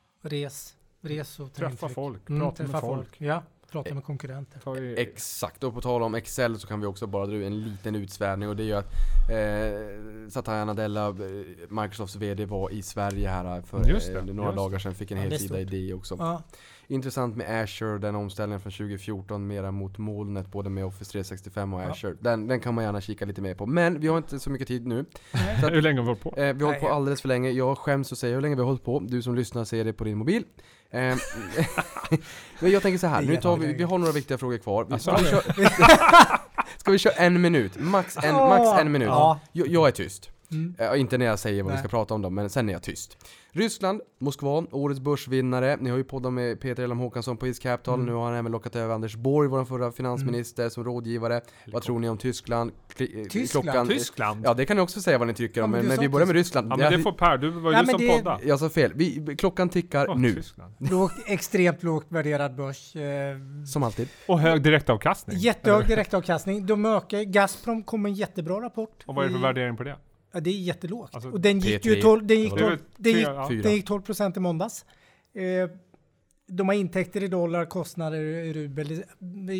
Res och träffa folk. Prata med folk. Ja. Prata med konkurrenter. Exakt, och på tal om Excel så kan vi också bara dra en liten utsvävning och det är ju att Satya Nadella, Microsofts vd, var i Sverige här för några dagar sedan, fick en hel sida i det också. Ja. Intressant med Azure, den omställningen från 2014 mera mot molnet, både med Office 365 och Azure. Den kan man gärna kika lite mer på. Men vi har inte så mycket tid nu. Så hur länge har vi hållit på? Vi har hållit på alldeles för länge. Jag skäms att säga hur länge vi har hållit på. Du som lyssnar ser det på din mobil. Men jag tänker så här, nu vi har några viktiga frågor kvar. Ska vi köra 1 minut? Max en minut. Ja. Jag är tyst. Inte när jag säger vad vi ska prata om dem, men sen är jag tyst. Ryssland, Moskva, årets börsvinnare. Ni har ju poddat med Peter Elham Håkansson på East Capital. Nu har han även lockat över Anders Borg, vår förra finansminister, som rådgivare. Vad tror ni om Tyskland? Tyskland? Ja, det kan ni också säga vad ni tycker om. Men vi börjar med Ryssland. Ja, men det får Per. Du var ju som podda. Jag sa fel. Klockan tickar nu. Extremt lågt värderad börs. Som alltid. Och hög direktavkastning. Jättehög direktavkastning. De ökar. Gazprom kom en jättebra rapport. Och vad är det för värdering på det? Ja, det är jättelågt. Alltså, och den gick ju 12% i måndags. De har intäkter i dollar, kostnader i rubel. Det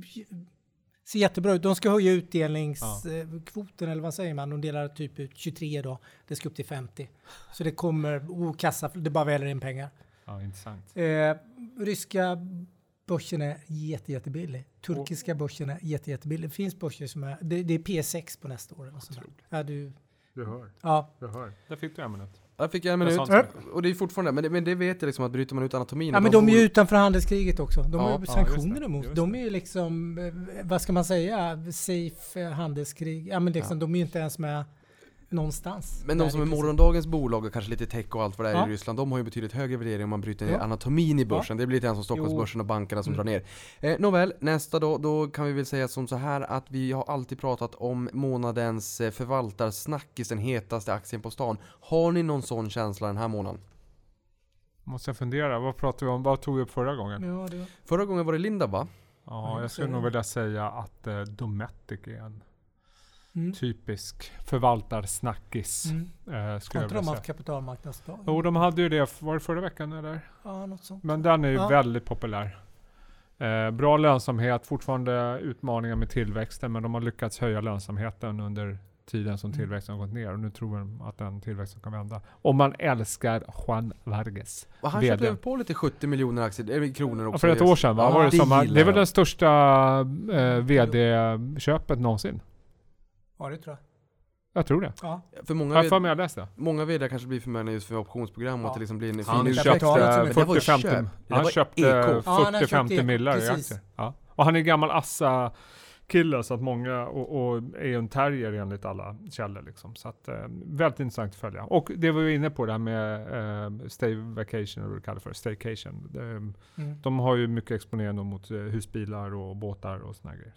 ser jättebra ut. De ska höja utdelningskvoten, eller vad säger man? De delar typ ut 23 idag. Det ska upp till 50. Så det kommer kassa, det bara väller in pengar. Ja, intressant. Ryska börsen är jättebillig. Turkiska börsen är jättebillig. Det finns börser som är... Det är P6 på nästa år. Ja, du hör. Ja. Du hör. Där fick du en minut. Där fick jag en minut. Och det är fortfarande... Men det vet jag liksom, att bryter man ut anatomin... Ja, men de är ju utanför handelskriget också. De har sanktioner emot. De är ju liksom... Vad ska man säga? Safe handelskrig. Ja, men liksom, de är ju inte ens med... någonstans. Men de som är morgondagens bolag och kanske lite tech och allt vad det är i Ryssland, de har ju betydligt högre värdering om man bryter ner anatomin i börsen. Det blir lite grann som Stockholmsbörsen och bankerna som drar ner. Nåväl, nästa då kan vi väl säga som så här att vi har alltid pratat om månadens förvaltarsnackis, den hetaste aktien på stan. Har ni någon sån känsla den här månaden? Måste jag fundera, vad pratade vi om? Vad tog vi upp förra gången? Ja, Förra gången var det Linda, va? Ja, jag skulle nog vilja säga att Dometic är en typisk förvaltarsnackis. Har inte de haft kapitalmarknadsdag? Jo, de hade ju det. Var det förra veckan eller? Ja, något sånt. Men den är ju väldigt populär. Bra lönsamhet, fortfarande utmaningar med tillväxten, men de har lyckats höja lönsamheten under tiden som tillväxten har gått ner, och nu tror de att den tillväxten kan vända. Om man älskar Juan Vargas. Och han köpte på lite 70 miljoner aktier, kronor också. Ja, för ett år sedan, va? Var det är väl den största vd-köpet någonsin. Ja, det tror jag. Jag tror det. Ja. För många vd kanske blir förmögna just för optionsprogram och att det liksom blir en fin utveckling. Han köpte 40-50 millar i aktier. Ja. Och han är gammal Assa-kille, så att många och är en terrier enligt alla källor liksom. Så att väldigt intressant att följa. Och det var vi inne på, det här med stay vacation, eller vad det kallas för, staycation. De har ju mycket exponering mot husbilar och båtar och såna grejer.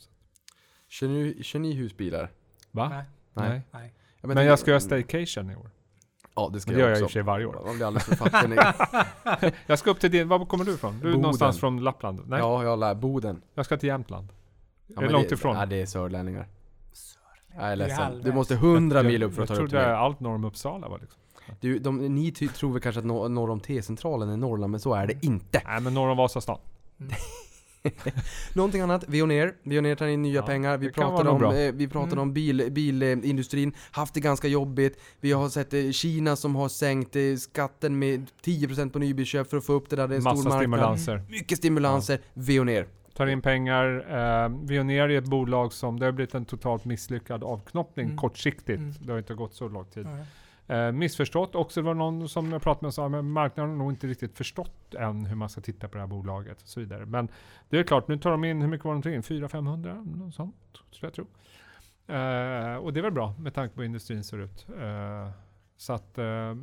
Kör ni husbilar? Va? Nej. Men jag ska göra staycation i år. Ja, det ska jag också. I och för sig varje år. Man blir alldeles för fattig. Jag ska upp till din... Var kommer du ifrån? Du är någonstans från Lappland? Nej? Ja, jag lär Boden. Jag ska till Jämtland. Ja, är det långt ifrån? Ja, det är sörlänningar. Jag är ledsen. Du måste 100 mil upp för att ta upp till mig. Jag trodde allt norr om Uppsala var liksom. Ni tror väl kanske att norr om T-centralen är Norrland, men så är det inte. Nej, men norr om Vasastan. Någonting annat, Veoneer tar in nya pengar. Vi pratade om bilindustrin, haft det ganska jobbigt. Vi har sett Kina som har sänkt skatten med 10% på nybilsköp för att få upp det där. Det är en massa stor marknad. Stimulanser. Mycket stimulanser. Veoneer tar in pengar. Veoneer är ett bolag som det har blivit en totalt misslyckad avknoppning kortsiktigt. Det har inte gått så lång tid. Missförstått. Också det var någon som jag pratade med och sa att marknaden har nog inte riktigt förstått än hur man ska titta på det här bolaget och så vidare. Men det är klart, nu tar de in, hur mycket var de tog in? 400-500? Något sånt, skulle jag tro. Och det är väl bra med tanke på hur industrin ser ut. Så att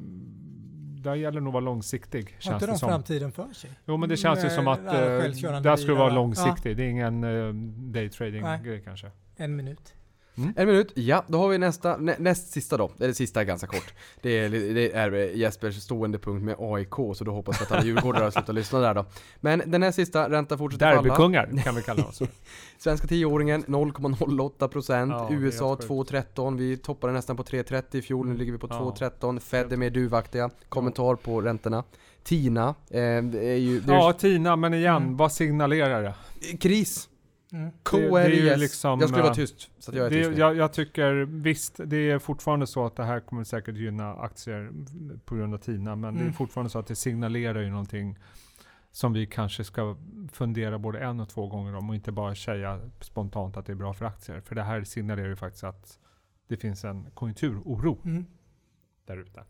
där gäller nog att vara långsiktig. Har inte de framtiden för sig? Jo, men det känns ju som att där skulle vara långsiktig. Det är ingen daytrading-grej kanske. En minut. En minut, ja. Då har vi näst sista då. Eller sista är ganska kort. Det är Jespers stående punkt med AIK, så då hoppas jag att alla djurgårdare har slutat lyssna där då. Men den här sista, ränta fortsätter falla. Derbykungar kan vi kalla oss. Svenska 10-åringen 0,08%. USA 2,13. Vi toppade nästan på 3,30 i fjol. Nu ligger vi på 2,13. Fed är mer duvaktiga. Kommentar på räntorna. Tina är ju... Tina, men igen, vad signalerar det? Kris. KRIS. Liksom, jag skulle vara tyst, så att jag är tyst. Jag tycker visst, det är fortfarande så att det här kommer säkert gynna aktier på grund av Tina, men det är fortfarande så att det signalerar ju någonting som vi kanske ska fundera både 1 och 2 gånger om, och inte bara säga spontant att det är bra för aktier. För det här signalerar ju faktiskt att det finns en konjunkturoro där ute.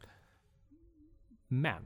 Men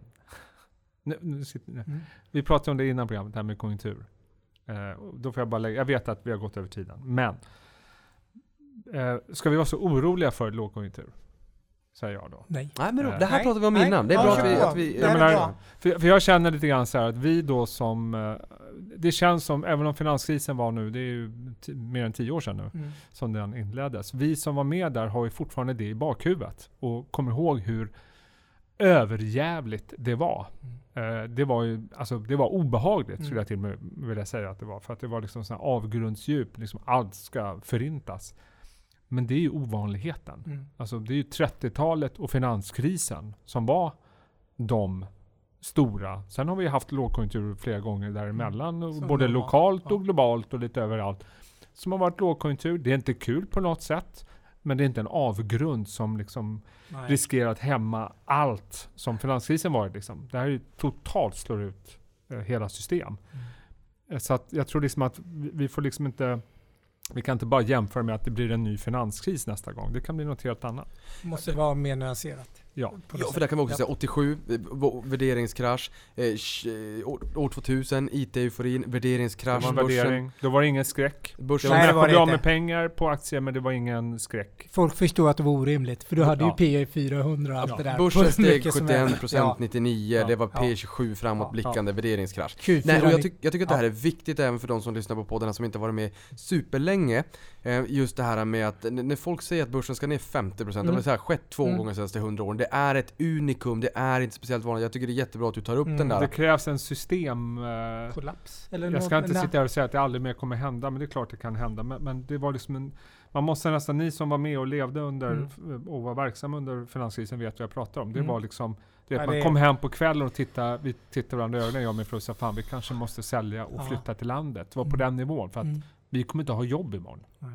vi pratade om det innan programmet, det här med konjunktur. Då får jag bara lägga, jag vet att vi har gått över tiden, men ska vi vara så oroliga för lågkonjunktur? säger jag då. Nej. Nej, men det här pratade vi om innan. Det är bra att vi... För jag känner lite grann så här att vi då som... Det känns som, även om finanskrisen var nu, det är ju mer än 10 år sedan nu som den inleddes. Vi som var med där har ju fortfarande det i bakhuvudet och kommer ihåg hur överjävligt det var. Det var ju, alltså det var obehagligt skulle jag till och med vilja säga att det var. För att det var liksom sån här avgrundsdjup, liksom allt ska förintas. Men det är ju ovanligheten. Alltså det är ju 30-talet och finanskrisen som var de stora. Sen har vi haft lågkonjunktur flera gånger däremellan. Både lokalt och globalt och lite överallt. Som har varit lågkonjunktur. Det är inte kul på något sätt. Men det är inte en avgrund som liksom riskerar att hämma allt som finanskrisen var. Liksom. Det här är ju totalt slår ut hela system. Så att jag tror liksom att vi får liksom inte... Vi kan inte bara jämföra med att det blir en ny finanskris nästa gång. Det kan bli något helt annat. Det måste vara mer nyanserat. Ja, för där kan vi också säga 87, värderingskrasch, år 2000, IT-euforin, värderingskrasch, börsen. Då var det ingen skräck. Börsen. Nej, det var bra med pengar på aktier, men det var ingen skräck. Folk förstod att det var orimligt, för du hade ju P 400 och allt det där. Börsen steg 71% 99, det var P27 framåtblickande värderingskrasch. Nej, och jag tycker att det här är viktigt även för de som lyssnar på podden som inte varit med superlänge. Just det här med att när folk säger att börsen ska ner 50%, det har så här skett 2 gånger senaste 100 år. Det är ett unikum, det är inte speciellt vanligt. Jag tycker det är jättebra att du tar upp den där. Det krävs en system... kollaps. Eller jag ska inte sitta här och säga att det aldrig mer kommer hända, men det är klart det kan hända. Men det var liksom man måste nästan, ni som var med och levde under och var verksamma under finanskrisen vet vad jag pratar om. Det var liksom, man kom hem på kvällen och vi tittade varandra i ögonen, jag och min fru sa, fan vi kanske måste sälja och flytta till landet. Det var på den nivån, för att vi kommer inte ha jobb imorgon. Nej.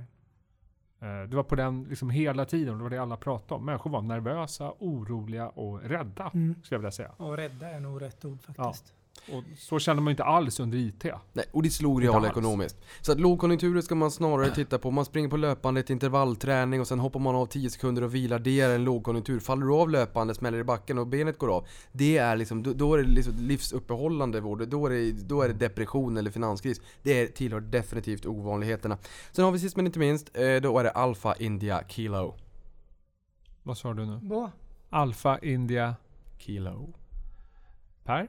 Det var på den liksom hela tiden, det var det alla pratade om. Människor var nervösa, oroliga och rädda, skulle jag vilja säga. Och rädda är nog rätt ord faktiskt. Ja. Och så känner man inte alls under IT. Nej, och det slog realekonomiskt. Så att lågkonjunkturer ska man snarare titta på. Man springer på löpande till intervallträning och sen hoppar man av 10 sekunder och vilar. Det är en lågkonjunktur. Faller du av löpande, smäller i backen och benet går av. Det är liksom, då är det liksom livsuppehållande vård. Då är det depression eller finanskris. Det tillhör definitivt ovanligheterna. Sen har vi sist men inte minst, då är det Alpha India Kilo. Vad sa du nu? Vad? Alpha India Kilo. Per?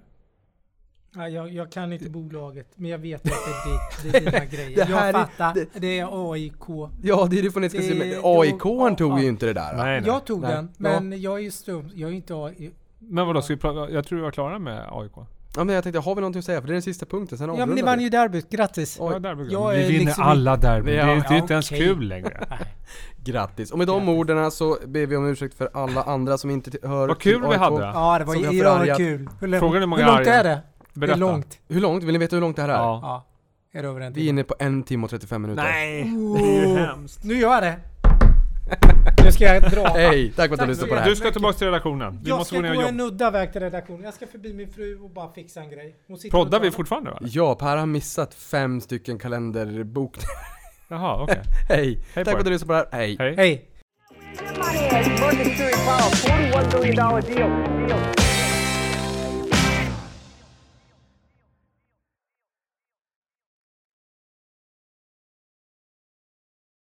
Ja, jag kan inte bolaget, men jag vet att det är dina grejer. Jag fattar, det är AIK. Ja, det är det får ni ska se. Men AIK tog ju inte det där. Nej. Jag tog den, men jag är ju stum. Jag är inte AIK. Men vadå, ska vi prata? Jag tror du var klara med AIK. Ja, men jag tänkte, har vi någonting att säga? För det är den sista punkten, sen men ni vann ju derbyt, grattis. Ja, vi vinner liksom alla derby. Det är inte ens kul längre. Grattis. Och med de orden så ber vi om ursäkt för alla andra som inte hör. Vad kul vi hade. Ja, det var kul. Hur långt är det? Berätta. Det är långt. Hur långt? Vill ni veta hur långt det här är? Ja. Är det över en timme? Vi är inne på 1 timme och 35 minuter. Nej, det är ju hemskt. Nu gör jag det. Nu ska jag dra. Hej, tack för att du lyssnade på det här. Du ska tillbaka till redaktionen. Jag ska gå en udda väg till redaktionen. Jag ska förbi min fru och bara fixa en grej. Proddar vi fortfarande, va? Ja, Per har missat 5 stycken kalenderbok. Jaha, okej. Hej. Tack för att du lyssnade på det här. Hej. Hej. Your money is. Mercury Power, $41 billion deal.